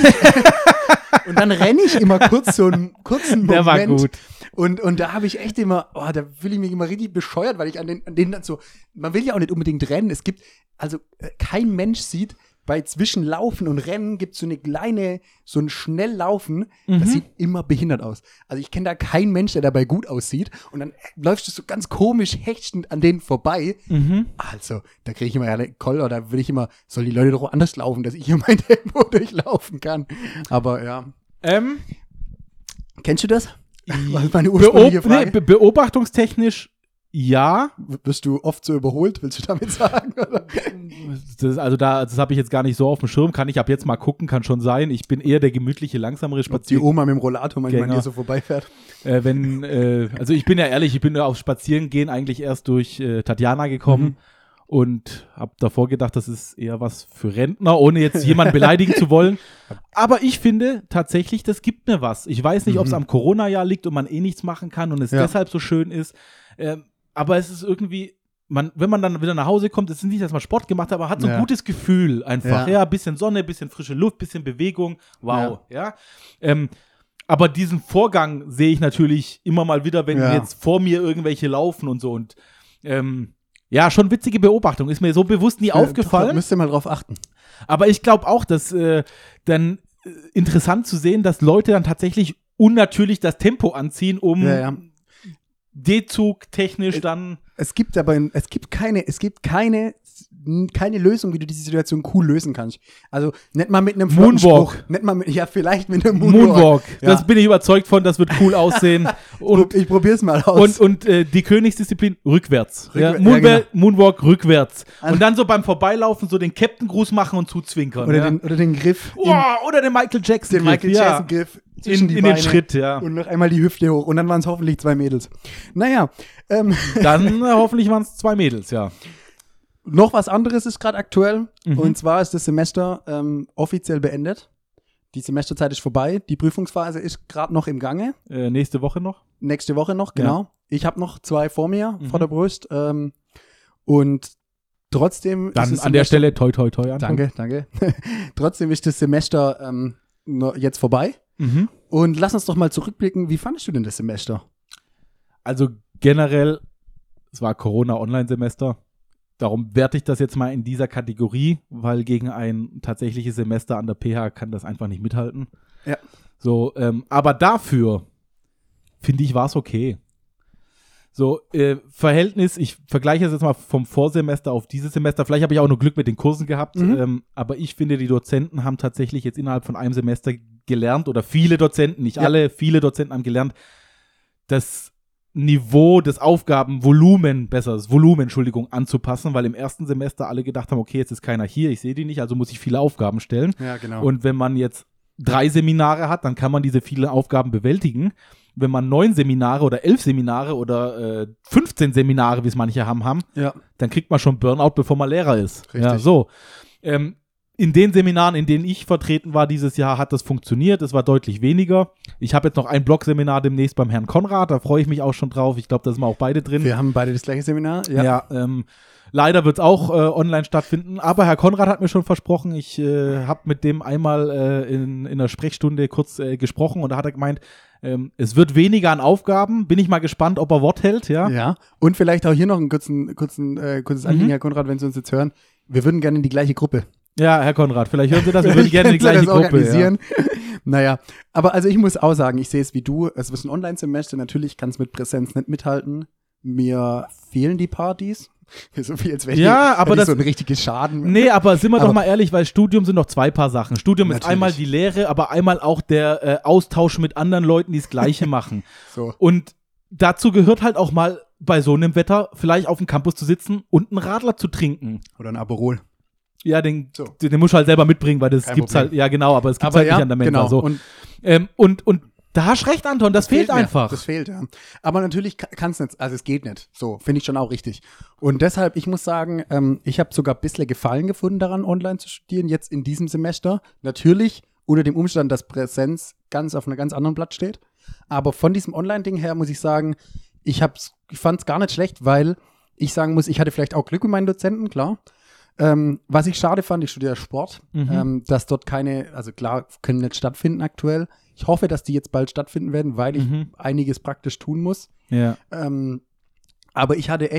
ich immer kurz so einen kurzen Moment. Der war gut. Und da habe ich echt immer, da fühle ich mich immer richtig bescheuert, weil ich an denen dann so, man will ja auch nicht unbedingt rennen. Es gibt, also kein Mensch sieht, bei zwischen Laufen und Rennen gibt es so ein Schnelllaufen, das sieht immer behindert aus. Also ich kenne da keinen Mensch, der dabei gut aussieht und dann läufst du so ganz komisch hechtend an denen vorbei. Also, da kriege ich immer ja Koller, da will ich immer, soll die Leute doch anders laufen, dass ich hier mein Tempo durchlaufen kann. Aber ja. Kennst du das? Meine ursprüngliche Frage. Beobachtungstechnisch ja. Wirst du oft so überholt, willst du damit sagen? Oder? Das habe ich jetzt gar nicht so auf dem Schirm. Kann ich ab jetzt mal gucken, kann schon sein. Ich bin eher der gemütliche, langsamere Spaziergänger. Die Oma mit dem Rollator manchmal an dir so vorbeifährt. Also ich bin ja ehrlich, ich bin aufs Spazierengehen eigentlich erst durch Tatjana gekommen und habe davor gedacht, das ist eher was für Rentner, ohne jetzt jemanden beleidigen zu wollen. Aber ich finde tatsächlich, das gibt mir was. Ich weiß nicht, ob es am Corona-Jahr liegt und man nichts machen kann und es deshalb so schön ist. Aber es ist irgendwie, wenn man dann wieder nach Hause kommt, es ist nicht, dass man Sport gemacht hat, aber hat so ein gutes Gefühl einfach. Ja, bisschen Sonne, bisschen frische Luft, bisschen Bewegung. Wow, ja. Aber diesen Vorgang sehe ich natürlich immer mal wieder, wenn jetzt vor mir irgendwelche laufen und so. Und schon witzige Beobachtung. Ist mir so bewusst nie aufgefallen. Müsst ihr mal drauf achten. Aber ich glaube auch, dass dann interessant zu sehen, dass Leute dann tatsächlich unnatürlich das Tempo anziehen, um D-Zug technisch dann. Es gibt keine Lösung, wie du diese Situation cool lösen kannst. Also nicht mal mit einem Moonwalk. Vielleicht mit einem Moonwalk. Ja. Das bin ich überzeugt von, das wird cool aussehen. Und ich probier's mal aus. Und die Königsdisziplin rückwärts. Moonwalk rückwärts. Und dann so beim Vorbeilaufen so den Captain-Gruß machen und zuzwinkern. Oder den Griff. Oder den Michael Jackson-Griff. Den Michael Jackson-Griff. In den Schritt, ja. Und noch einmal die Hüfte hoch. Und dann waren es hoffentlich 2 Mädels. Naja. Dann hoffentlich waren es 2 Mädels, ja. Noch was anderes ist gerade aktuell. Und zwar ist das Semester offiziell beendet. Die Semesterzeit ist vorbei. Die Prüfungsphase ist gerade noch im Gange. Nächste Woche noch? Nächste Woche noch, genau. Ja. Ich habe noch 2 vor mir, vor der Brust. Und trotzdem dann ist an der Stelle toi, toi, toi. Anton. Danke. Trotzdem ist das Semester jetzt vorbei. Und lass uns doch mal zurückblicken. Wie fandest du denn das Semester? Also generell, es war Corona-Online-Semester. Darum werte ich das jetzt mal in dieser Kategorie, weil gegen ein tatsächliches Semester an der PH kann das einfach nicht mithalten. Ja. So, aber dafür, finde ich, war es okay. So, Verhältnis, ich vergleiche es jetzt mal vom Vorsemester auf dieses Semester. Vielleicht habe ich auch nur Glück mit den Kursen gehabt, aber ich finde, die Dozenten haben tatsächlich jetzt innerhalb von einem Semester gelernt, oder viele Dozenten, nicht alle, viele Dozenten haben gelernt, das Niveau des Aufgabenvolumen, anzupassen, weil im ersten Semester alle gedacht haben, okay, jetzt ist keiner hier, ich sehe die nicht, also muss ich viele Aufgaben stellen. Ja, genau. Und wenn man jetzt 3 Seminare hat, dann kann man diese vielen Aufgaben bewältigen. Wenn man 9 Seminare oder 11 Seminare oder 15 Seminare, wie es manche haben, dann kriegt man schon Burnout, bevor man Lehrer ist. Richtig. Ja, so. In den Seminaren, in denen ich vertreten war dieses Jahr, hat das funktioniert. Es war deutlich weniger. Ich habe jetzt noch ein Blogseminar demnächst beim Herrn Konrad. Da freue ich mich auch schon drauf. Ich glaube, da sind wir auch beide drin. Wir haben beide das gleiche Seminar. Ja, leider wird es auch online stattfinden. Aber Herr Konrad hat mir schon versprochen, ich habe mit dem einmal in einer Sprechstunde kurz gesprochen und da hat er gemeint, es wird weniger an Aufgaben. Bin ich mal gespannt, ob er Wort hält. Ja. Und vielleicht auch hier noch ein kurzes Anliegen, Herr Konrad, wenn Sie uns jetzt hören. Wir würden gerne in die gleiche Gruppe. Ja, Herr Konrad, vielleicht hören Sie das, wir würden gerne die gleiche Gruppe organisieren. Ja. Naja, aber also ich muss auch sagen, ich sehe es wie du, es ist ein Online-Semester, natürlich kann es mit Präsenz nicht mithalten. Mir fehlen die Partys. So viel, als wäre so ein richtiges Schaden. Nee, aber sind wir doch mal ehrlich, weil Studium sind noch 2 Paar Sachen. Studium ist einmal die Lehre, aber einmal auch der Austausch mit anderen Leuten, die das Gleiche machen. So. Und dazu gehört halt auch mal bei so einem Wetter vielleicht auf dem Campus zu sitzen und einen Radler zu trinken. Oder ein Aperol. Ja, den musst du halt selber mitbringen, weil das gibt's halt, ja genau, aber es gibt's halt nicht an der Mensa. So. Und da hast du recht, Anton, das fehlt einfach. Das fehlt, ja. Aber natürlich kann es nicht, also es geht nicht. So, finde ich schon auch richtig. Und deshalb, ich muss sagen, ich habe sogar ein bisschen Gefallen gefunden daran, online zu studieren, jetzt in diesem Semester. Natürlich unter dem Umstand, dass Präsenz auf einem ganz anderen Blatt steht. Aber von diesem Online-Ding her muss ich sagen, ich fand es gar nicht schlecht, weil ich sagen muss, ich hatte vielleicht auch Glück mit meinen Dozenten, klar. Was ich schade fand, ich studiere Sport, dass dort also klar, können nicht stattfinden aktuell. Ich hoffe, dass die jetzt bald stattfinden werden, weil ich einiges praktisch tun muss. Ja. Aber ich hatte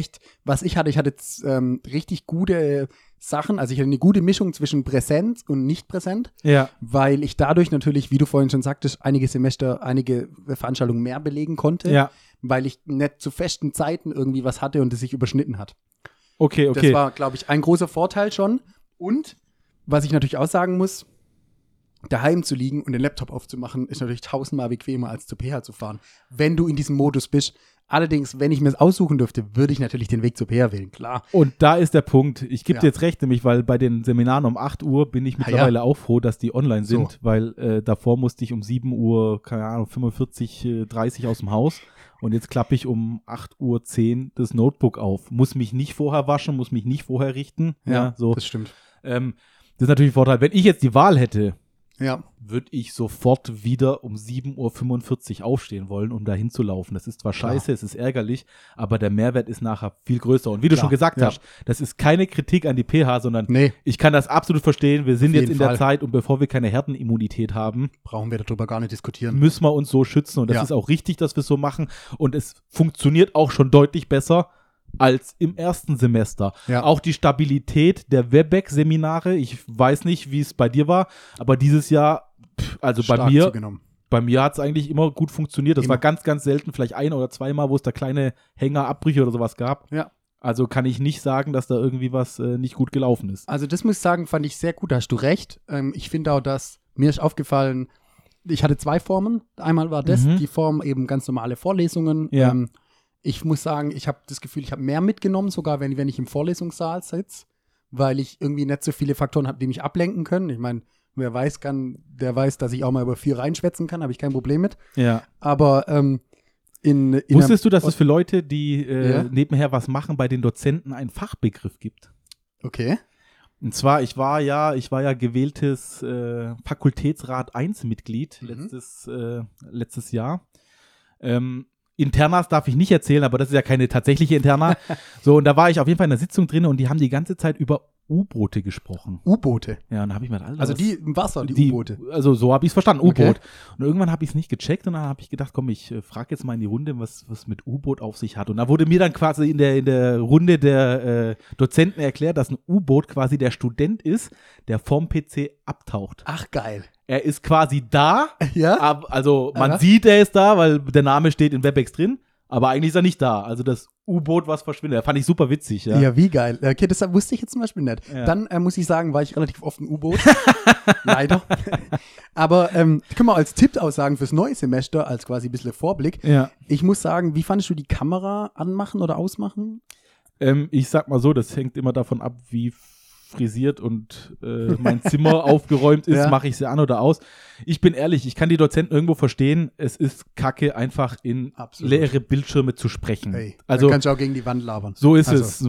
richtig gute Sachen, also ich hatte eine gute Mischung zwischen Präsenz und nicht präsent, weil ich dadurch natürlich, wie du vorhin schon sagtest, einige Veranstaltungen mehr belegen konnte, weil ich nicht zu festen Zeiten irgendwie was hatte und es sich überschnitten hat. Okay. Das war, glaube ich, ein großer Vorteil schon. Und was ich natürlich auch sagen muss, daheim zu liegen und den Laptop aufzumachen, ist natürlich 1000-mal bequemer, als zur PH zu fahren, wenn du in diesem Modus bist. Allerdings, wenn ich mir es aussuchen dürfte, würde ich natürlich den Weg zur PH wählen, klar. Und da ist der Punkt, ich gebe dir jetzt recht, nämlich, weil bei den Seminaren um 8 Uhr bin ich mittlerweile auch froh, dass die online sind, weil davor musste ich um 7 Uhr, keine Ahnung, 45, 30 aus dem Haus. Und jetzt klappe ich um 8:10 Uhr das Notebook auf. Muss mich nicht vorher waschen, muss mich nicht vorher richten. Ja, so. Das stimmt. Das ist natürlich ein Vorteil. Wenn ich jetzt die Wahl hätte, würde ich sofort wieder um 7:45 Uhr aufstehen wollen, um da hinzulaufen. Das ist zwar scheiße, es ist ärgerlich, aber der Mehrwert ist nachher viel größer. Und wie du schon gesagt hast, das ist keine Kritik an die PH, sondern ich kann das absolut verstehen. Wir sind jetzt in der Zeit und bevor wir keine Herdenimmunität haben, brauchen wir darüber gar nicht diskutieren. Müssen wir uns so schützen und das ist auch richtig, dass wir es so machen und es funktioniert auch schon deutlich besser als im ersten Semester. Ja. Auch die Stabilität der Webex-Seminare, ich weiß nicht, wie es bei dir war, aber dieses Jahr, also bei mir hat es eigentlich immer gut funktioniert. Das war ganz, ganz selten, vielleicht 1 oder 2 Mal, wo es da kleine Hängerabbrüche oder sowas gab. Ja. Also kann ich nicht sagen, dass da irgendwie was nicht gut gelaufen ist. Also das muss ich sagen, fand ich sehr gut, da hast du recht. Ich finde auch, dass mir ist aufgefallen, ich hatte 2 Formen. Einmal war das die Form eben ganz normale Vorlesungen. Ja. Ich muss sagen, ich habe das Gefühl, ich habe mehr mitgenommen, sogar wenn ich im Vorlesungssaal sitze, weil ich irgendwie nicht so viele Faktoren habe, die mich ablenken können. Ich meine, wer weiß, der weiß, dass ich auch mal über 4 reinschwätzen kann, habe ich kein Problem mit. Ja. Aber wusstest du, dass es für Leute, die nebenher was machen, bei den Dozenten einen Fachbegriff gibt? Okay. Und zwar, ich war ja gewähltes Fakultätsrat 1 Mitglied letztes Jahr. Internas darf ich nicht erzählen, aber das ist ja keine tatsächliche Interna. So, und da war ich auf jeden Fall in der Sitzung drin und die haben die ganze Zeit über U-Boote gesprochen. U-Boote? Ja, und da habe ich mir also die im Wasser, die U-Boote? Also so habe ich es verstanden, U-Boot. Okay. Und irgendwann habe ich es nicht gecheckt und dann habe ich gedacht, komm, ich frage jetzt mal in die Runde, was mit U-Boot auf sich hat. Und da wurde mir dann quasi in der Runde der Dozenten erklärt, dass ein U-Boot quasi der Student ist, der vom PC abtaucht. Ach, geil. Er ist quasi da, ja? Also man sieht, er ist da, weil der Name steht in Webex drin, aber eigentlich ist er nicht da. Also das U-Boot, was verschwindet. Fand ich super witzig. Ja, wie geil. Okay, das wusste ich jetzt zum Beispiel nicht. Ja. Dann muss ich sagen, war ich relativ oft ein U-Boot. Leider. Aber können wir als Tipp aussagen fürs neue Semester, als quasi ein bisschen Vorblick. Ja. Ich muss sagen, wie fandest du die Kamera anmachen oder ausmachen? Ich sag mal so, das hängt immer davon ab, wie frisiert und mein Zimmer aufgeräumt ist, mache ich sie an oder aus. Ich bin ehrlich, ich kann die Dozenten irgendwo verstehen. Es ist Kacke, einfach in leere Bildschirme zu sprechen. Hey, also dann kannst du auch gegen die Wand labern. So ist es.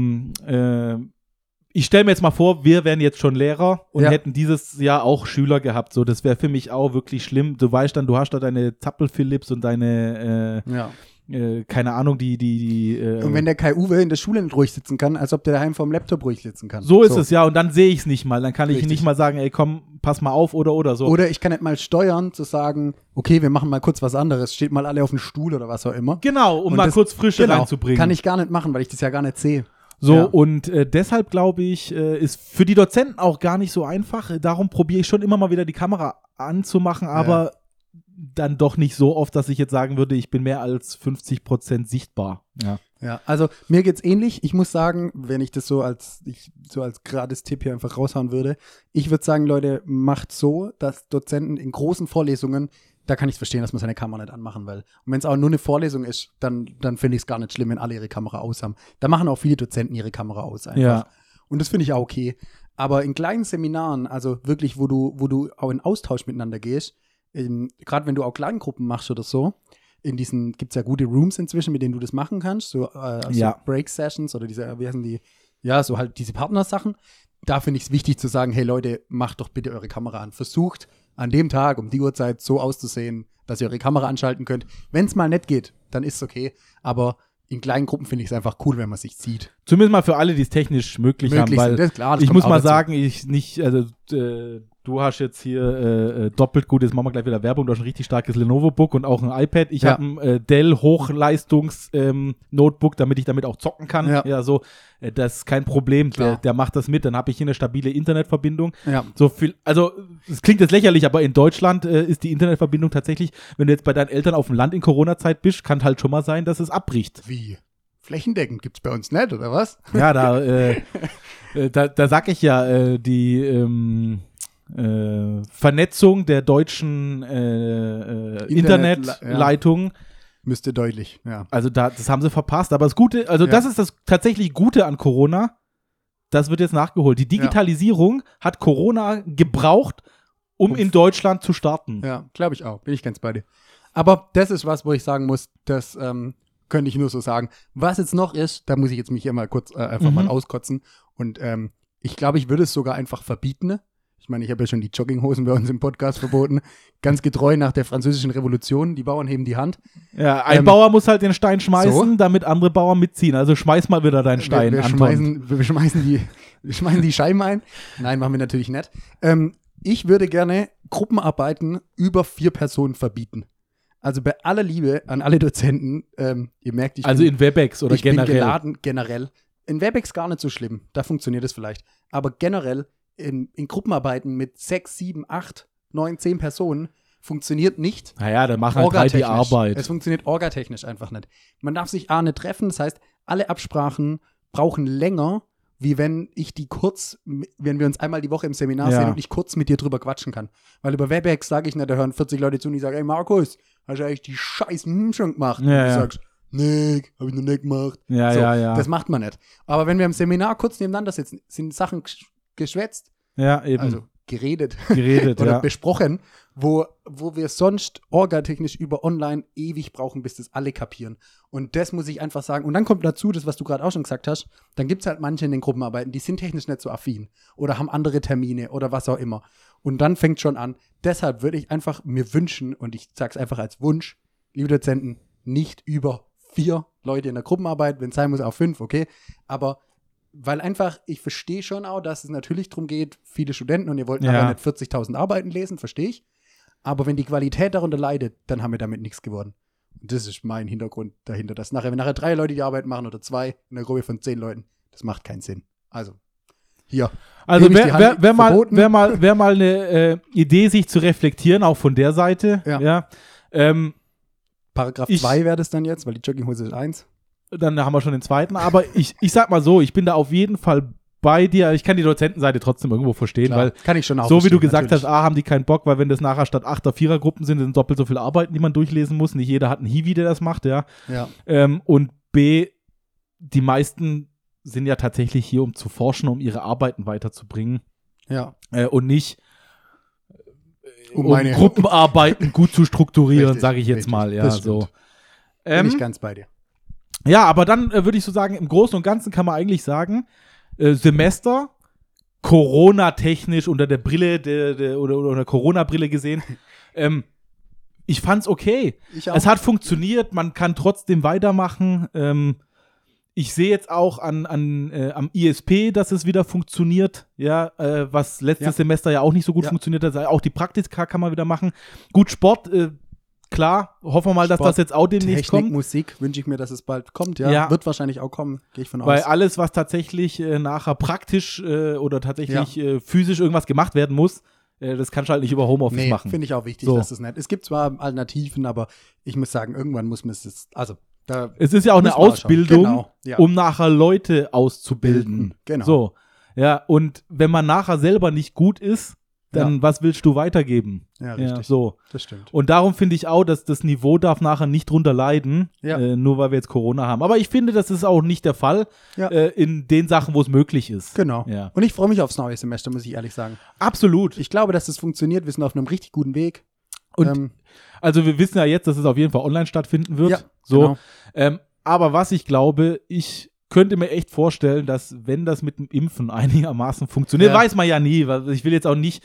Ich stelle mir jetzt mal vor, wir wären jetzt schon Lehrer und hätten dieses Jahr auch Schüler gehabt. So, das wäre für mich auch wirklich schlimm. Du weißt dann, du hast da deine Zappel-Philips und deine keine Ahnung, und wenn der Kai-Uwe in der Schule nicht ruhig sitzen kann, als ob der daheim vorm Laptop ruhig sitzen kann. So ist es, ja, und dann sehe ich es nicht mal. Dann kann ich nicht mal sagen, ey, komm, pass mal auf oder so. Oder ich kann nicht mal steuern, zu sagen, okay, wir machen mal kurz was anderes. Steht mal alle auf dem Stuhl oder was auch immer. Genau, um mal kurz Frische reinzubringen. Kann ich gar nicht machen, weil ich das ja gar nicht sehe. So, und deshalb glaube ich, ist für die Dozenten auch gar nicht so einfach. Darum probiere ich schon immer mal wieder die Kamera anzumachen, aber dann doch nicht so oft, dass ich jetzt sagen würde, ich bin mehr als 50% sichtbar. Ja, also mir geht's ähnlich. Ich muss sagen, wenn ich das so als gratis Tipp hier einfach raushauen würde, ich würde sagen, Leute, macht so, dass Dozenten in großen Vorlesungen, da kann ich es verstehen, dass man seine Kamera nicht anmachen will. Und wenn es auch nur eine Vorlesung ist, dann finde ich es gar nicht schlimm, wenn alle ihre Kamera aus haben. Da machen auch viele Dozenten ihre Kamera aus einfach. Ja. Und das finde ich auch okay. Aber in kleinen Seminaren, also wirklich, wo du auch in Austausch miteinander gehst, gerade wenn du auch Kleingruppen machst oder so, in diesen gibt es ja gute Rooms inzwischen, mit denen du das machen kannst, so Break-Sessions oder diese, wie heißen die, so halt diese Partnersachen. Da finde ich es wichtig zu sagen, hey Leute, macht doch bitte eure Kamera an. Versucht an dem Tag um die Uhrzeit so auszusehen, dass ihr eure Kamera anschalten könnt. Wenn es mal nicht geht, dann ist es okay, aber in kleinen Gruppen finde ich es einfach cool, wenn man sich sieht. Zumindest mal für alle, die es technisch möglich haben, weil das ist klar, ich muss mal sagen, du hast jetzt hier doppelt gut, jetzt machen wir gleich wieder Werbung, du hast ein richtig starkes Lenovo-Book und auch ein iPad. Ich habe ein Dell Hochleistungs-Notebook, damit ich damit auch zocken kann. Das ist kein Problem, der macht das mit, dann habe ich hier eine stabile Internetverbindung. So viel, also es klingt jetzt lächerlich, aber in Deutschland ist die Internetverbindung tatsächlich, wenn du jetzt bei deinen Eltern auf dem Land in Corona-Zeit bist, kann halt schon mal sein, dass es abbricht. Wie? Flächendeckend gibt's bei uns nicht, oder was? Ja, da sag ich ja, die Vernetzung der deutschen Internetleitung müsste deutlich, Also das haben sie verpasst, aber das Gute, also das ist das tatsächlich Gute an Corona, das wird jetzt nachgeholt. Die Digitalisierung hat Corona gebraucht, um in Deutschland zu starten. Ja, glaube ich auch, bin ich ganz bei dir. Aber das ist was, wo ich sagen muss, das könnte ich nur so sagen. Was jetzt noch ist, da muss ich jetzt mich hier mal kurz einfach mal auskotzen. Und ich glaube, ich würde es sogar einfach verbieten. Ich meine, ich habe ja schon die Jogginghosen bei uns im Podcast verboten. Ganz getreu nach der Französischen Revolution. Die Bauern heben die Hand. Ja, ein Bauer muss halt den Stein schmeißen, damit andere Bauern mitziehen. Also schmeiß mal wieder deinen Stein. Wir schmeißen die Scheiben ein. Nein, machen wir natürlich nicht. Ich würde gerne Gruppenarbeiten über 4 Personen verbieten. Also bei aller Liebe an alle Dozenten, ihr merkt, in WebEx oder generell? Bin geladen, generell. In WebEx gar nicht so schlimm, da funktioniert es vielleicht. Aber generell in Gruppenarbeiten mit 6, 7, 8, 9, 10 Personen funktioniert nicht. Naja, dann machen halt 3 die Arbeit. Es funktioniert orgatechnisch einfach nicht. Man darf sich nicht treffen, das heißt, alle Absprachen brauchen länger, wie wenn wenn wir uns einmal die Woche im Seminar sehen und ich kurz mit dir drüber quatschen kann. Weil über WebEx sage ich nicht, da hören 40 Leute zu und ich sage, ey Markus, hast du eigentlich die scheiß schon gemacht? Und du sagst, nee, hab ich noch nicht gemacht. Das macht man nicht. Aber wenn wir im Seminar kurz nebeneinander sitzen, sind Sachen geschwätzt. Ja, eben. Also geredet oder besprochen, wo wir sonst orgatechnisch über online ewig brauchen, bis das alle kapieren. Und das muss ich einfach sagen. Und dann kommt dazu, das, was du gerade auch schon gesagt hast, dann gibt es halt manche in den Gruppenarbeiten, die sind technisch nicht so affin oder haben andere Termine oder was auch immer. Und dann fängt schon an. Deshalb würde ich einfach mir wünschen, und ich sage es einfach als Wunsch, liebe Dozenten, nicht über 4 Leute in der Gruppenarbeit, wenn es sein muss, auch 5, okay, aber weil einfach, ich verstehe schon auch, dass es natürlich darum geht, viele Studenten und ihr wollt nachher nicht 40.000 Arbeiten lesen, verstehe ich. Aber wenn die Qualität darunter leidet, dann haben wir damit nichts gewonnen. Und das ist mein Hintergrund dahinter, dass wenn nachher 3 Leute die Arbeit machen oder 2 in einer Gruppe von 10 Leuten, das macht keinen Sinn. Also, hier. Also wäre mal eine Idee, sich zu reflektieren, auch von der Seite. Paragraph 2 wäre das dann jetzt, weil die Jogginghose ist 1. Dann haben wir schon den zweiten. Aber ich sag mal so, ich bin da auf jeden Fall bei dir. Ich kann die Dozentenseite trotzdem irgendwo verstehen, klar, weil kann ich schon auch so wie du gesagt natürlich. hast, A, haben die keinen Bock, weil wenn das nachher statt 8er, 4er-Gruppen sind doppelt so viele Arbeiten, die man durchlesen muss. Nicht jeder hat einen Hiwi, der das macht, und B, die meisten sind ja tatsächlich hier, um zu forschen, um ihre Arbeiten weiterzubringen. Ja. Und nicht Um um meine- Gruppenarbeiten gut zu strukturieren, Richtig, sage ich jetzt richtig, mal. Ja, das so. Bin ich ganz bei dir. Ja, aber dann würde ich so sagen, im Großen und Ganzen kann man eigentlich sagen, Semester, Corona-technisch unter der Brille oder Corona-Brille gesehen, ich fand's okay. Ich auch. Es hat funktioniert, man kann trotzdem weitermachen. Ich sehe jetzt auch am ISP, dass es wieder funktioniert, ja, was letztes Semester ja auch nicht so gut funktioniert hat. Auch die Praktika kann man wieder machen. Gut, Sport, klar, hoffen wir mal, dass Sport, das jetzt auch demnächst Technik, kommt. Musik, wünsche ich mir, dass es bald kommt. Ja, Ja. wird wahrscheinlich auch kommen, gehe ich von aus. Weil alles, was tatsächlich nachher praktisch oder tatsächlich physisch irgendwas gemacht werden muss, das kannst du halt nicht über Homeoffice machen. Finde ich auch wichtig, So. dass es nicht. Es gibt zwar Alternativen, aber ich muss sagen, irgendwann muss man es, also da Es ist ja auch eine müssen wir mal schauen. Ausbildung, Genau, ja. um nachher Leute auszubilden. Genau. So, ja, und wenn man nachher selber nicht gut ist, dann was willst du weitergeben? Ja, richtig. So. Das stimmt. Und darum finde ich auch, dass das Niveau darf nachher nicht drunter leiden, Ja. nur weil wir jetzt Corona haben. Aber ich finde, das ist auch nicht der Fall Ja. in den Sachen, wo es möglich ist. Genau. Ja. Und ich freue mich aufs neue Semester, muss ich ehrlich sagen. Absolut. Ich glaube, dass das funktioniert. Wir sind auf einem richtig guten Weg. Und also wir wissen ja jetzt, dass es auf jeden Fall online stattfinden wird. Ja, so. genau. Aber was ich glaube, ich könnte mir echt vorstellen, dass wenn das mit dem Impfen einigermaßen funktioniert, weiß man ja nie, weil ich will jetzt auch nicht,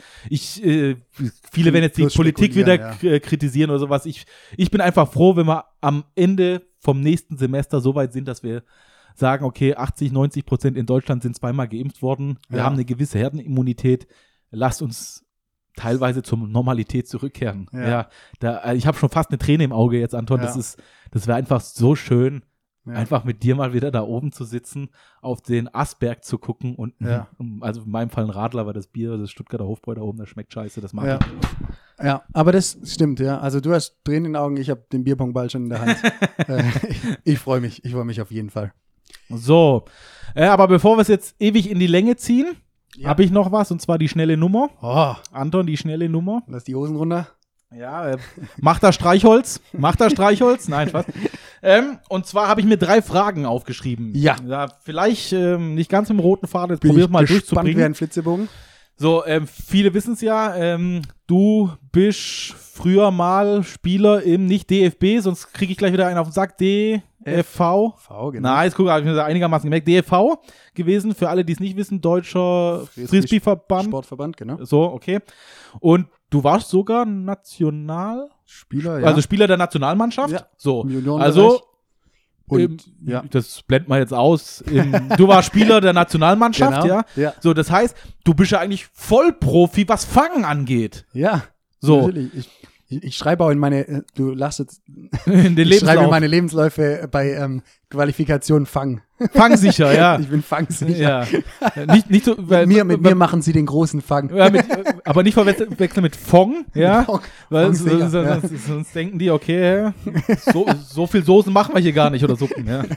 viele werden jetzt die Bloß Politik wieder spekulieren, kritisieren oder sowas. Ich bin einfach froh, wenn wir am Ende vom nächsten Semester so weit sind, dass wir sagen, okay, 80-90% in Deutschland sind zweimal geimpft worden, wir Ja. haben eine gewisse Herdenimmunität, lasst uns teilweise zur Normalität zurückkehren. Ja. Ich habe schon fast eine Träne im Auge jetzt, Anton. Ja. Das wäre einfach so schön, Ja. einfach mit dir mal wieder da oben zu sitzen, auf den Asberg zu gucken und Ja. also in meinem Fall ein Radler, weil das Bier, das Stuttgarter Hofbräu da oben, das schmeckt scheiße, das mag Ja. ich. Ja, aber das stimmt, ja. Also du hast Tränen in den Augen, ich habe den Bierpongball schon in der Hand. Ich freue mich auf jeden Fall. So, aber bevor wir es jetzt ewig in die Länge ziehen, Ja. habe ich noch was, und zwar die schnelle Nummer. Oh, Anton, die schnelle Nummer. lass die Hosen runter. Ja, macht da Streichholz? Macht da Streichholz? Nein, Spaß. Und zwar habe ich mir 3 Fragen aufgeschrieben. Ja. Vielleicht nicht ganz im roten Faden, jetzt Bin probier ich mal gespannt wie durchzubringen. ein Flitzebogen. So, viele wissen es ja, du bist früher mal Spieler im, nicht DFB, sonst kriege ich gleich wieder einen auf den Sack, DFV. V, genau. Nein, jetzt guck, habe ich mir einigermaßen gemerkt, DFV gewesen, für alle, die es nicht wissen, deutscher Frisbee-Verband. Sportverband, genau. So, okay. Und du warst sogar National... Spieler, Also Spieler der Nationalmannschaft. Ja. So. Im Juniorenbereich. Also, Und, ja. das blenden wir jetzt aus. Du warst Spieler der Nationalmannschaft, Genau, ja? ja. So, das heißt, du bist ja eigentlich Vollprofi, was Fangen angeht. Ja, So. natürlich. Ich schreibe auch in meine, du lachst jetzt, In den ich schreibe Lebenslauf. meine Lebensläufe bei Qualifikation Fang. Fangsicher, ja. Ich bin fangsicher. Ja. Nicht so, Mit mir machen sie den großen Fang. ja, aber nicht verwechseln mit Fong, ja. Weil Fangsicher, sonst denken die, okay, so viel Soßen machen wir hier gar nicht oder Suppen, ja.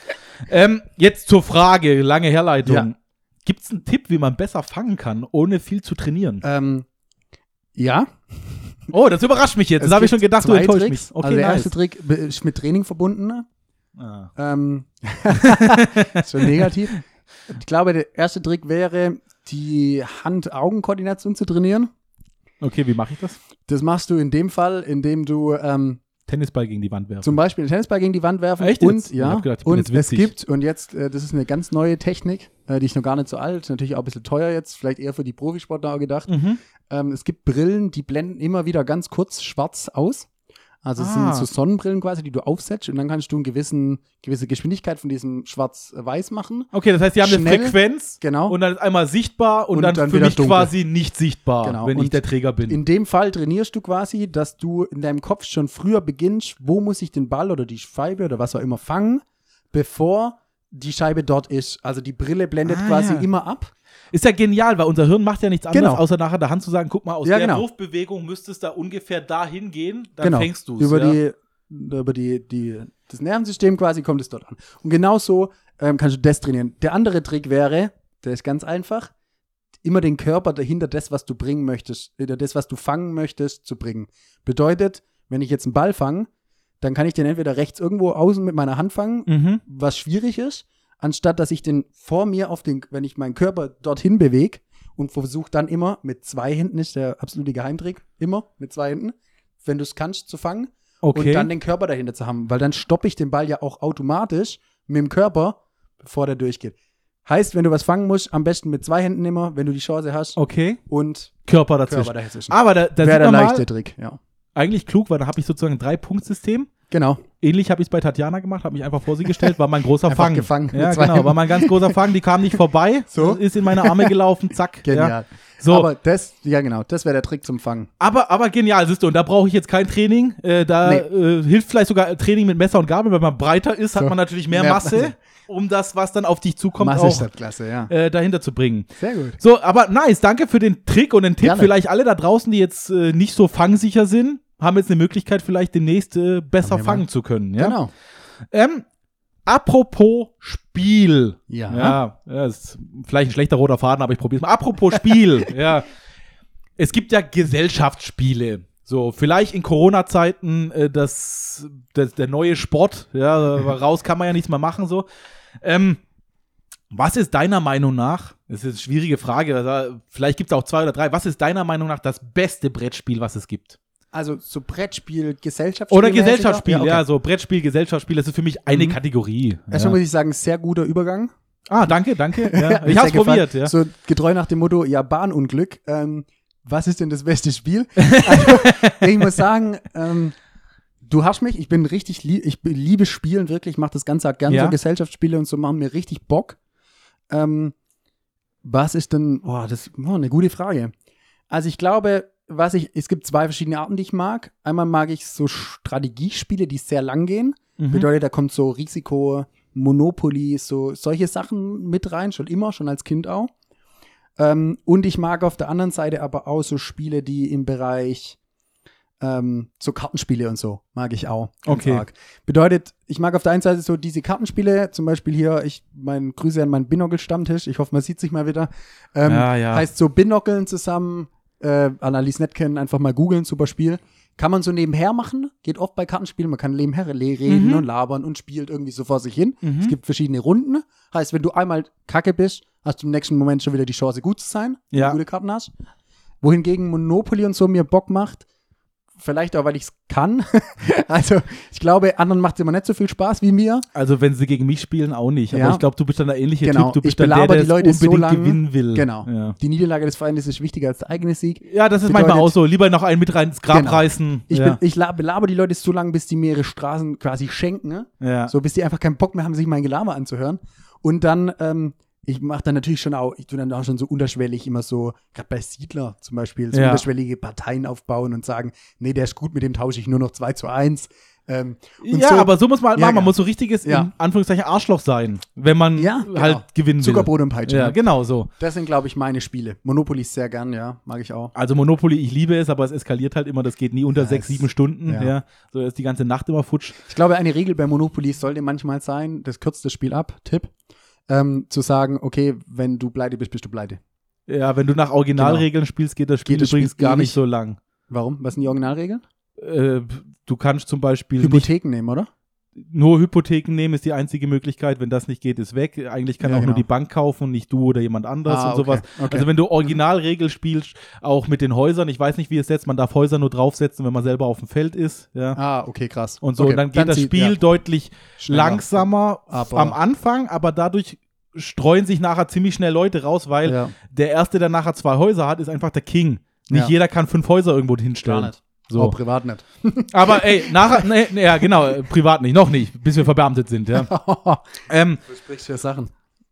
Jetzt zur Frage, lange Herleitung. Ja. Gibt es einen Tipp, wie man besser fangen kann, ohne viel zu trainieren? Ja. Oh, das überrascht mich jetzt. Das habe ich schon gedacht, du zwei enttäuscht Tricks. mich. Okay, Also der nice. erste Trick ist mit Training verbunden. Ah. Ist schon negativ. Ich glaube, der erste Trick wäre, die Hand-Augen-Koordination zu trainieren. Okay, wie mache ich das? Das machst du in dem Fall, indem du Tennisball gegen die Wand werfen. zum Beispiel einen Tennisball gegen die Wand werfen. Echt und jetzt? Ich ja, hab gedacht, ich bin und jetzt es witzig. gibt, und jetzt, das ist eine ganz neue Technik, die ist noch gar nicht so alt, natürlich auch ein bisschen teuer jetzt, vielleicht eher für die Profisportler auch gedacht. Mhm. Es gibt Brillen, die blenden immer wieder ganz kurz schwarz aus. Also es sind so Sonnenbrillen quasi, die du aufsetzt und dann kannst du eine gewisse Geschwindigkeit von diesem Schwarz-Weiß machen. Okay, das heißt, die haben eine Schnell, Frequenz genau. und dann ist einmal sichtbar und dann für wieder mich dunkel. quasi nicht sichtbar, Genau. wenn ich Und der Träger bin. In dem Fall trainierst du quasi, dass du in deinem Kopf schon früher beginnst, wo muss ich den Ball oder die Scheibe oder was auch immer fangen, bevor die Scheibe dort ist. Also die Brille blendet quasi ja. immer ab. Ist ja genial, weil unser Hirn macht ja nichts anderes, Genau. außer nachher der Hand zu sagen, guck mal, aus Ja, der genau. Wurfbewegung müsstest du da ungefähr dahin gehen, dann fängst du es. Über ja. das Nervensystem quasi kommt es dort an. Und genauso kannst du das trainieren. Der andere Trick wäre, der ist ganz einfach, immer den Körper dahinter das, was du bringen möchtest, das, was du fangen möchtest, zu bringen. Bedeutet, wenn ich jetzt einen Ball fange, dann kann ich den entweder rechts irgendwo außen mit meiner Hand fangen, Mhm. was schwierig ist. anstatt dass ich den vor mir wenn ich meinen Körper dorthin bewege und versuche dann immer mit 2 Händen, ist der absolute Geheimtrick, immer mit 2 Händen, wenn du es kannst, zu fangen und dann den Körper dahinter zu haben, weil dann stoppe ich den Ball ja auch automatisch mit dem Körper, bevor der durchgeht. Heißt, wenn du was fangen musst, am besten mit 2 Händen immer, wenn du die Chance hast. Okay. Und Körper dazwischen. Aber da wäre der leichte Trick, ja. Eigentlich klug, weil da habe ich sozusagen ein 3-Punkt-System. Genau. Ähnlich habe ich es bei Tatjana gemacht, habe mich einfach vor sie gestellt, war mein großer Fang. Gefangen. Ja, genau, war mein ganz großer Fang, die kam nicht vorbei, ist in meine Arme gelaufen, zack. Genial. Ja. So. Aber das wäre der Trick zum Fangen. Aber genial, siehst du, und da brauche ich jetzt kein Training. Hilft vielleicht sogar Training mit Messer und Gabel, wenn man breiter ist, hat man natürlich mehr Masse, um das, was dann auf dich zukommt, Masse auch dahinter zu bringen. Sehr gut. So, aber nice, danke für den Trick und den Tipp. Gerne. Vielleicht alle da draußen, die jetzt nicht so fangsicher sind, haben jetzt eine Möglichkeit, vielleicht demnächst besser fangen zu können. Ja? Genau. Apropos Spiel. Ja. Ja, ist vielleicht ein schlechter roter Faden, aber ich probiere es mal. Apropos Spiel. Ja. Es gibt ja Gesellschaftsspiele. So, vielleicht in Corona-Zeiten der neue Sport. Ja, raus kann man ja nichts mehr machen. So. Was ist deiner Meinung nach, das ist eine schwierige Frage, vielleicht gibt es auch 2 oder 3, was ist deiner Meinung nach das beste Brettspiel, was es gibt? Also so Brettspiel, Gesellschaftsspiel. Oder Gesellschaftsspiel, ja, okay. So Brettspiel, Gesellschaftsspiel, das ist für mich eine Kategorie. Erstmal muss ich sagen, sehr guter Übergang. Danke. Ja. Ich hab's probiert, ja. So getreu nach dem Motto, ja, Bahnunglück. Was ist denn das beste Spiel? Also, ich muss sagen, du hast mich, ich liebe Spielen wirklich, mache das Ganze gerne, so Gesellschaftsspiele und so machen mir richtig Bock. Was ist denn, das ist eine gute Frage. Also ich glaube, es gibt 2 verschiedene Arten, die ich mag. Einmal mag ich so Strategiespiele, die sehr lang gehen. Bedeutet, da kommt so Risiko, Monopoly, so solche Sachen mit rein, schon als Kind auch. Und ich mag auf der anderen Seite aber auch so Spiele, die im Bereich so Kartenspiele und so, mag ich auch. Okay. Arg. Bedeutet, ich mag auf der einen Seite so diese Kartenspiele, zum Beispiel hier, Grüße an meinen Binockel-Stammtisch, ich hoffe, man sieht sich mal wieder. Heißt so Binockeln zusammen, Annalies nicht kennen, einfach mal googeln, super Spiel. Kann man so nebenher machen, geht oft bei Kartenspielen, man kann nebenher reden und labern und spielt irgendwie so vor sich hin. Es gibt verschiedene Runden, heißt, wenn du einmal kacke bist, hast du im nächsten Moment schon wieder die Chance, gut zu sein, wenn du gute Karten hast. Wohingegen Monopoly und so mir Bock macht, vielleicht auch, weil ich es kann. Also, ich glaube, anderen macht es immer nicht so viel Spaß wie mir. Also, wenn sie gegen mich spielen, auch nicht. Aber ich glaube, du bist dann der ähnliche Typ. Du bist dann der die Leute unbedingt so lange gewinnen will. Genau. Ja. Die Niederlage des Feindes ist wichtiger als der eigene Sieg. Ja, das ist manchmal auch so. Lieber noch einen mit rein ins Grab reißen. Ich belaber die Leute so lange, bis die mir ihre Straßen quasi schenken. Ne? Ja. So, bis die einfach keinen Bock mehr haben, sich mein Gelaber anzuhören. Und dann, ich mache dann natürlich schon auch, ich tue dann auch schon so unterschwellig immer so, gerade bei Siedler zum Beispiel, so unterschwellige Parteien aufbauen und sagen, nee, der ist gut, mit dem tausche ich nur noch 2:1. Aber so muss man halt machen. Man muss so richtiges, in Anführungszeichen, Arschloch sein, wenn man gewinnen will. Zuckerbrot und Peitsche. Ja, genau so. Das sind, glaube ich, meine Spiele. Monopoly sehr gern, mag ich auch. Also Monopoly, ich liebe es, aber es eskaliert halt immer, das geht nie unter 6-7 Stunden. Ja. So ist die ganze Nacht immer futsch. Ich glaube, eine Regel bei Monopoly sollte manchmal sein, das kürzt das Spiel ab, Tipp, zu sagen, okay, wenn du pleite bist, bist du pleite. Ja, wenn du nach Originalregeln spielst, geht das Spiel übrigens gar nicht so lang. Warum? Was sind die Originalregeln? Du kannst zum Beispiel Hypotheken nehmen, oder? Nur Hypotheken nehmen ist die einzige Möglichkeit. Wenn das nicht geht, ist weg. Eigentlich kann auch nur die Bank kaufen, nicht du oder jemand anderes und sowas. Okay. Also wenn du Originalregel spielst, auch mit den Häusern, ich weiß nicht, wie es setzt, man darf Häuser nur draufsetzen, wenn man selber auf dem Feld ist. Ja. Okay, krass. Und so, und dann geht das Spiel deutlich langsamer am Anfang, aber dadurch streuen sich nachher ziemlich schnell Leute raus, weil der Erste, der nachher 2 Häuser hat, ist einfach der King. Nicht jeder kann 5 Häuser irgendwo hinstellen. Gar nicht. So. Auch privat nicht. Aber nachher, genau, privat nicht, noch nicht, bis wir verbeamtet sind, ja. Du sprichst für Sachen.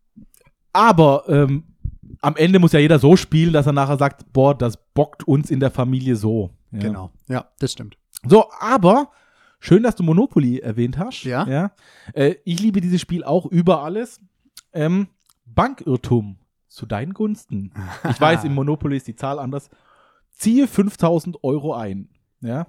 Aber am Ende muss ja jeder so spielen, dass er nachher sagt, boah, das bockt uns in der Familie so. Ja. Genau, ja, das stimmt. So, aber schön, dass du Monopoly erwähnt hast. Ja. Ich liebe dieses Spiel auch über alles. Bankirrtum zu deinen Gunsten. Ich weiß, im Monopoly ist die Zahl anders. Ziehe 5.000 € ein. Ja.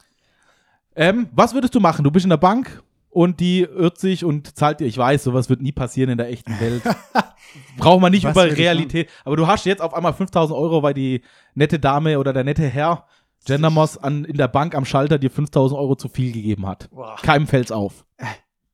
Was würdest du machen? Du bist in der Bank und die irrt sich und zahlt dir. Ich weiß, sowas wird nie passieren in der echten Welt. Braucht man nicht über Realität. Aber du hast jetzt auf einmal 5.000 €, weil die nette Dame oder der nette Herr Gendermoss in der Bank am Schalter dir 5.000 € zu viel gegeben hat. Keinem fällt's auf.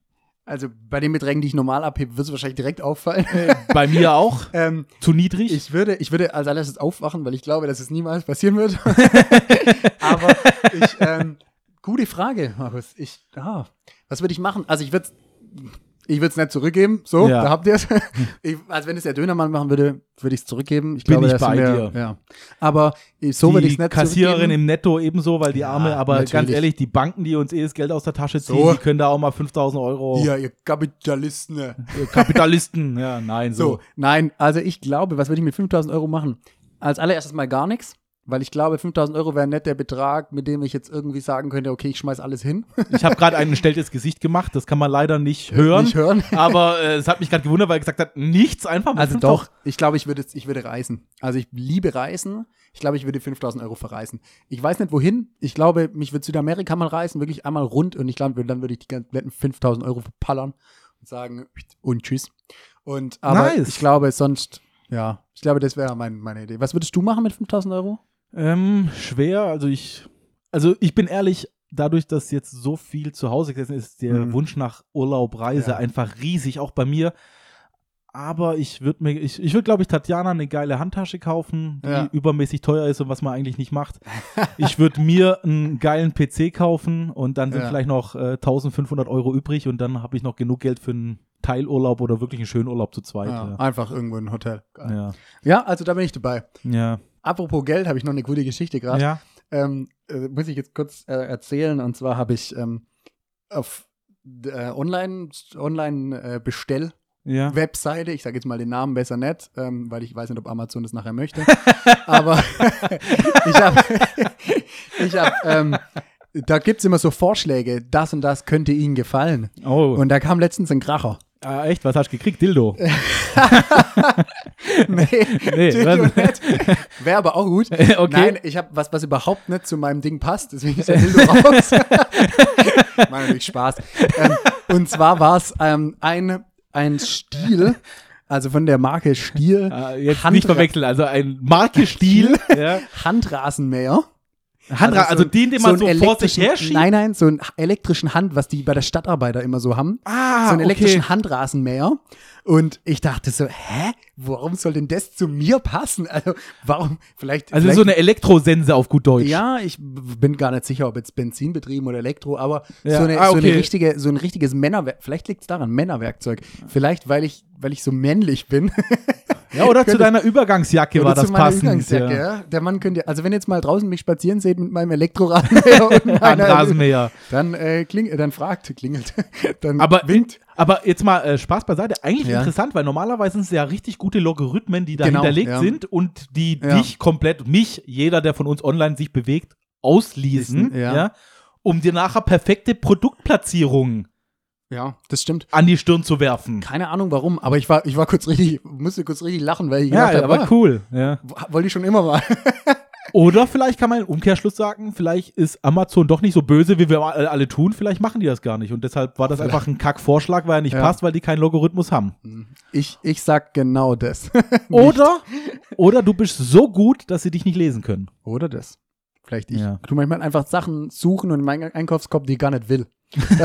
Also bei den Beträgen, die ich normal abhebe, wird es wahrscheinlich direkt auffallen. Bei mir auch. Zu niedrig. Ich würde als allererstes aufwachen, weil ich glaube, dass es niemals passieren wird. Aber gute Frage, Markus. Was würde ich machen? Also ich würde es nicht zurückgeben. So, Ja. da habt ihr es. Also wenn es der Dönermann machen würde, würde ich es zurückgeben. Ich Bin glaube, ich das bei sind dir. Ja. Aber so würde ich es Die nicht Kassiererin zurückgeben. im Netto ebenso, weil die Ja, Arme, aber ganz natürlich. ehrlich, die Banken, die uns das Geld aus der Tasche ziehen, So. die können da auch mal 5.000 Euro. Ja, ihr Kapitalisten. Kapitalisten, ja, nein, So, nein, also ich glaube, was würde ich mit 5.000 Euro machen? Als allererstes mal gar nichts, weil ich glaube, 5.000 Euro wäre nicht der Betrag, mit dem ich jetzt irgendwie sagen könnte, okay, ich schmeiß alles hin. Ich habe gerade ein gestelltes Gesicht gemacht, das kann man leider nicht hören. Nicht hören. Aber es hat mich gerade gewundert, weil er gesagt hat, nichts einfach mit Also 5.000. doch, ich glaube, ich würde reisen. Also ich liebe Reisen. Ich glaube, ich würde 5.000 Euro verreisen. Ich weiß nicht, wohin. Ich glaube, mich würde Südamerika mal reisen, wirklich einmal rund. Und ich glaube, dann würde ich die kompletten 5.000 Euro verpallern und sagen, und tschüss. Aber Nice. ich glaube, sonst, ja, ich glaube, das wäre meine Idee. Was würdest du machen mit 5.000 Euro? Schwer, also ich bin ehrlich, dadurch, dass jetzt so viel zu Hause gesessen ist, der Wunsch nach Urlaub, Reise Ja. einfach riesig, auch bei mir. Aber ich würde, glaube ich, Tatjana eine geile Handtasche kaufen, die Ja. übermäßig teuer ist und was man eigentlich nicht macht. Ich würde mir einen geilen PC kaufen und dann sind Ja. vielleicht noch 1.500 Euro übrig und dann habe ich noch genug Geld für einen Teilurlaub oder wirklich einen schönen Urlaub zu zweit. Ja, Ja. einfach irgendwo in ein Hotel. Geil. Ja. Ja, also da bin ich dabei. Ja. Apropos Geld, habe ich noch eine gute Geschichte gerade. Ja. Muss ich jetzt kurz erzählen. Und zwar habe ich auf Online-Bestell-Webseite, Ja. ich sage jetzt mal den Namen besser nicht, weil ich weiß nicht, ob Amazon das nachher möchte. Aber da gibt es immer so Vorschläge, das und das könnte Ihnen gefallen. Oh. Und da kam letztens ein Kracher. Echt? Was hast du gekriegt? Dildo. Nee, was? nicht. Wäre aber auch gut. Okay. Nein, ich habe was überhaupt nicht zu meinem Ding passt, deswegen ist der Dildo raus. War natürlich Spaß. Und zwar war es ein Stiel, also von der Marke Stiel, Jetzt nicht verwechseln, also ein Markestil. Ja. Handrasenmäher. Also den man so vor sich her schiebt. Nein, so einen elektrischen was die bei der Stadtarbeiter immer so haben. So einen elektrischen Handrasenmäher. Und ich dachte so, warum soll denn das zu mir passen? Also, warum, vielleicht. Also so eine Elektrosense auf gut Deutsch. Ja, ich bin gar nicht sicher, ob jetzt Benzin betrieben oder Elektro, aber Ja, so ein okay. richtiges Männerwerkzeug. Vielleicht liegt es daran, Männerwerkzeug. Vielleicht, weil ich so männlich bin. Ja, oder zu deiner Übergangsjacke war Oder das zu meiner passend. Übergangsjacke, Ja. ja. Der Mann könnte, also wenn ihr jetzt mal draußen mich spazieren seht mit meinem Elektrorasenmäher und meiner, Handrasenmäher. dann klingelt, dann Aber, winkt. aber jetzt mal Spaß beiseite. Eigentlich Ja. interessant, weil normalerweise sind es ja richtig gute Logarithmen, die da Genau, hinterlegt ja. sind und die Ja. dich komplett, jeder, der von uns online sich bewegt, auslesen, Ja. ja, um dir nachher perfekte Produktplatzierungen Ja, das stimmt. an die Stirn zu werfen. Keine Ahnung warum, aber ich musste kurz richtig lachen, weil ich Ja, gedacht habe, aber cool. Ja. wollte ich schon immer mal. Oder vielleicht kann man im Umkehrschluss sagen, vielleicht ist Amazon doch nicht so böse, wie wir alle tun. Vielleicht machen die das gar nicht. Und deshalb war das einfach ein Kack-Vorschlag, weil er nicht Ja. passt, weil die keinen Logarithmus haben. Ich sag genau das. Oder du bist so gut, dass sie dich nicht lesen können. Oder das. Vielleicht ich. Ja. Tu manchmal einfach Sachen suchen und in meinen Einkaufskorb, die ich gar nicht will.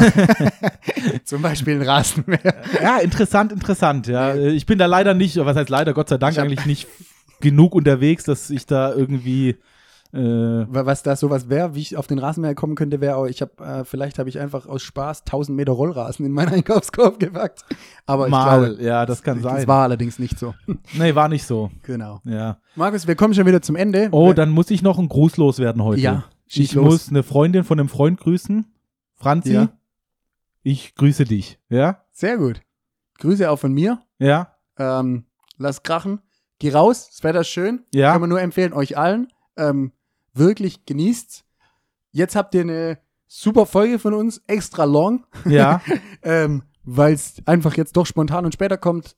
Zum Beispiel ein Rasenmäher. Ja, interessant. Ja. Ich bin da leider nicht, was heißt leider, Gott sei Dank eigentlich nicht genug unterwegs, dass ich da irgendwie Was da sowas wäre, wie ich auf den Rasenmäher kommen könnte, wäre auch, vielleicht habe ich einfach aus Spaß 1000 Meter Rollrasen in meinen Einkaufskorb gepackt. Aber ich glaube, ja, das kann sein. das war allerdings nicht so. Nee, war nicht so. Genau. Ja. Markus, wir kommen schon wieder zum Ende. Oh, dann muss ich noch einen Gruß loswerden heute. Ja, schieß ich los. muss eine Freundin von einem Freund grüßen. Franzi, Ja. ich grüße dich. Ja? Sehr gut. Grüße auch von mir. Ja? Lass krachen. Geh raus, das Wetter ist schön. Ja. Kann man nur empfehlen, euch allen. Wirklich genießt's. Jetzt habt ihr eine super Folge von uns, extra long, Ja. weil es einfach jetzt doch spontan und später kommt.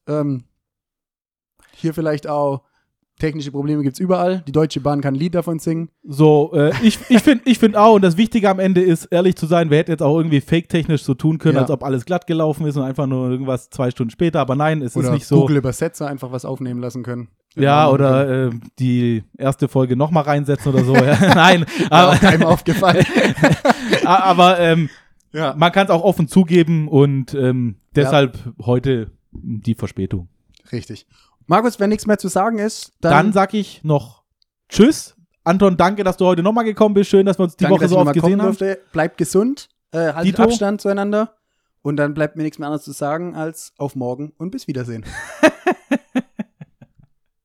Hier vielleicht auch technische Probleme gibt's überall. Die Deutsche Bahn kann ein Lied davon singen. So, ich finde auch, und das Wichtige am Ende ist, ehrlich zu sein, wir hätten jetzt auch irgendwie fake-technisch so tun können, Ja. als ob alles glatt gelaufen ist und einfach nur irgendwas 2 Stunden später, aber nein, es Oder ist nicht so. Google Übersetzer einfach was aufnehmen lassen können. Ja, oder die erste Folge nochmal reinsetzen oder so. Ja. Nein, Aber auch aber, keinem aufgefallen. aber Ja. Man kann es auch offen zugeben und deshalb heute die Verspätung. Richtig. Markus, wenn nichts mehr zu sagen ist, Dann sag ich noch Tschüss. Anton, danke, dass du heute nochmal gekommen bist. Schön, dass wir uns die danke, Woche so oft gesehen haben. Bleibt gesund, haltet Dito. Abstand zueinander und dann bleibt mir nichts mehr anderes zu sagen als auf morgen und bis Wiedersehen.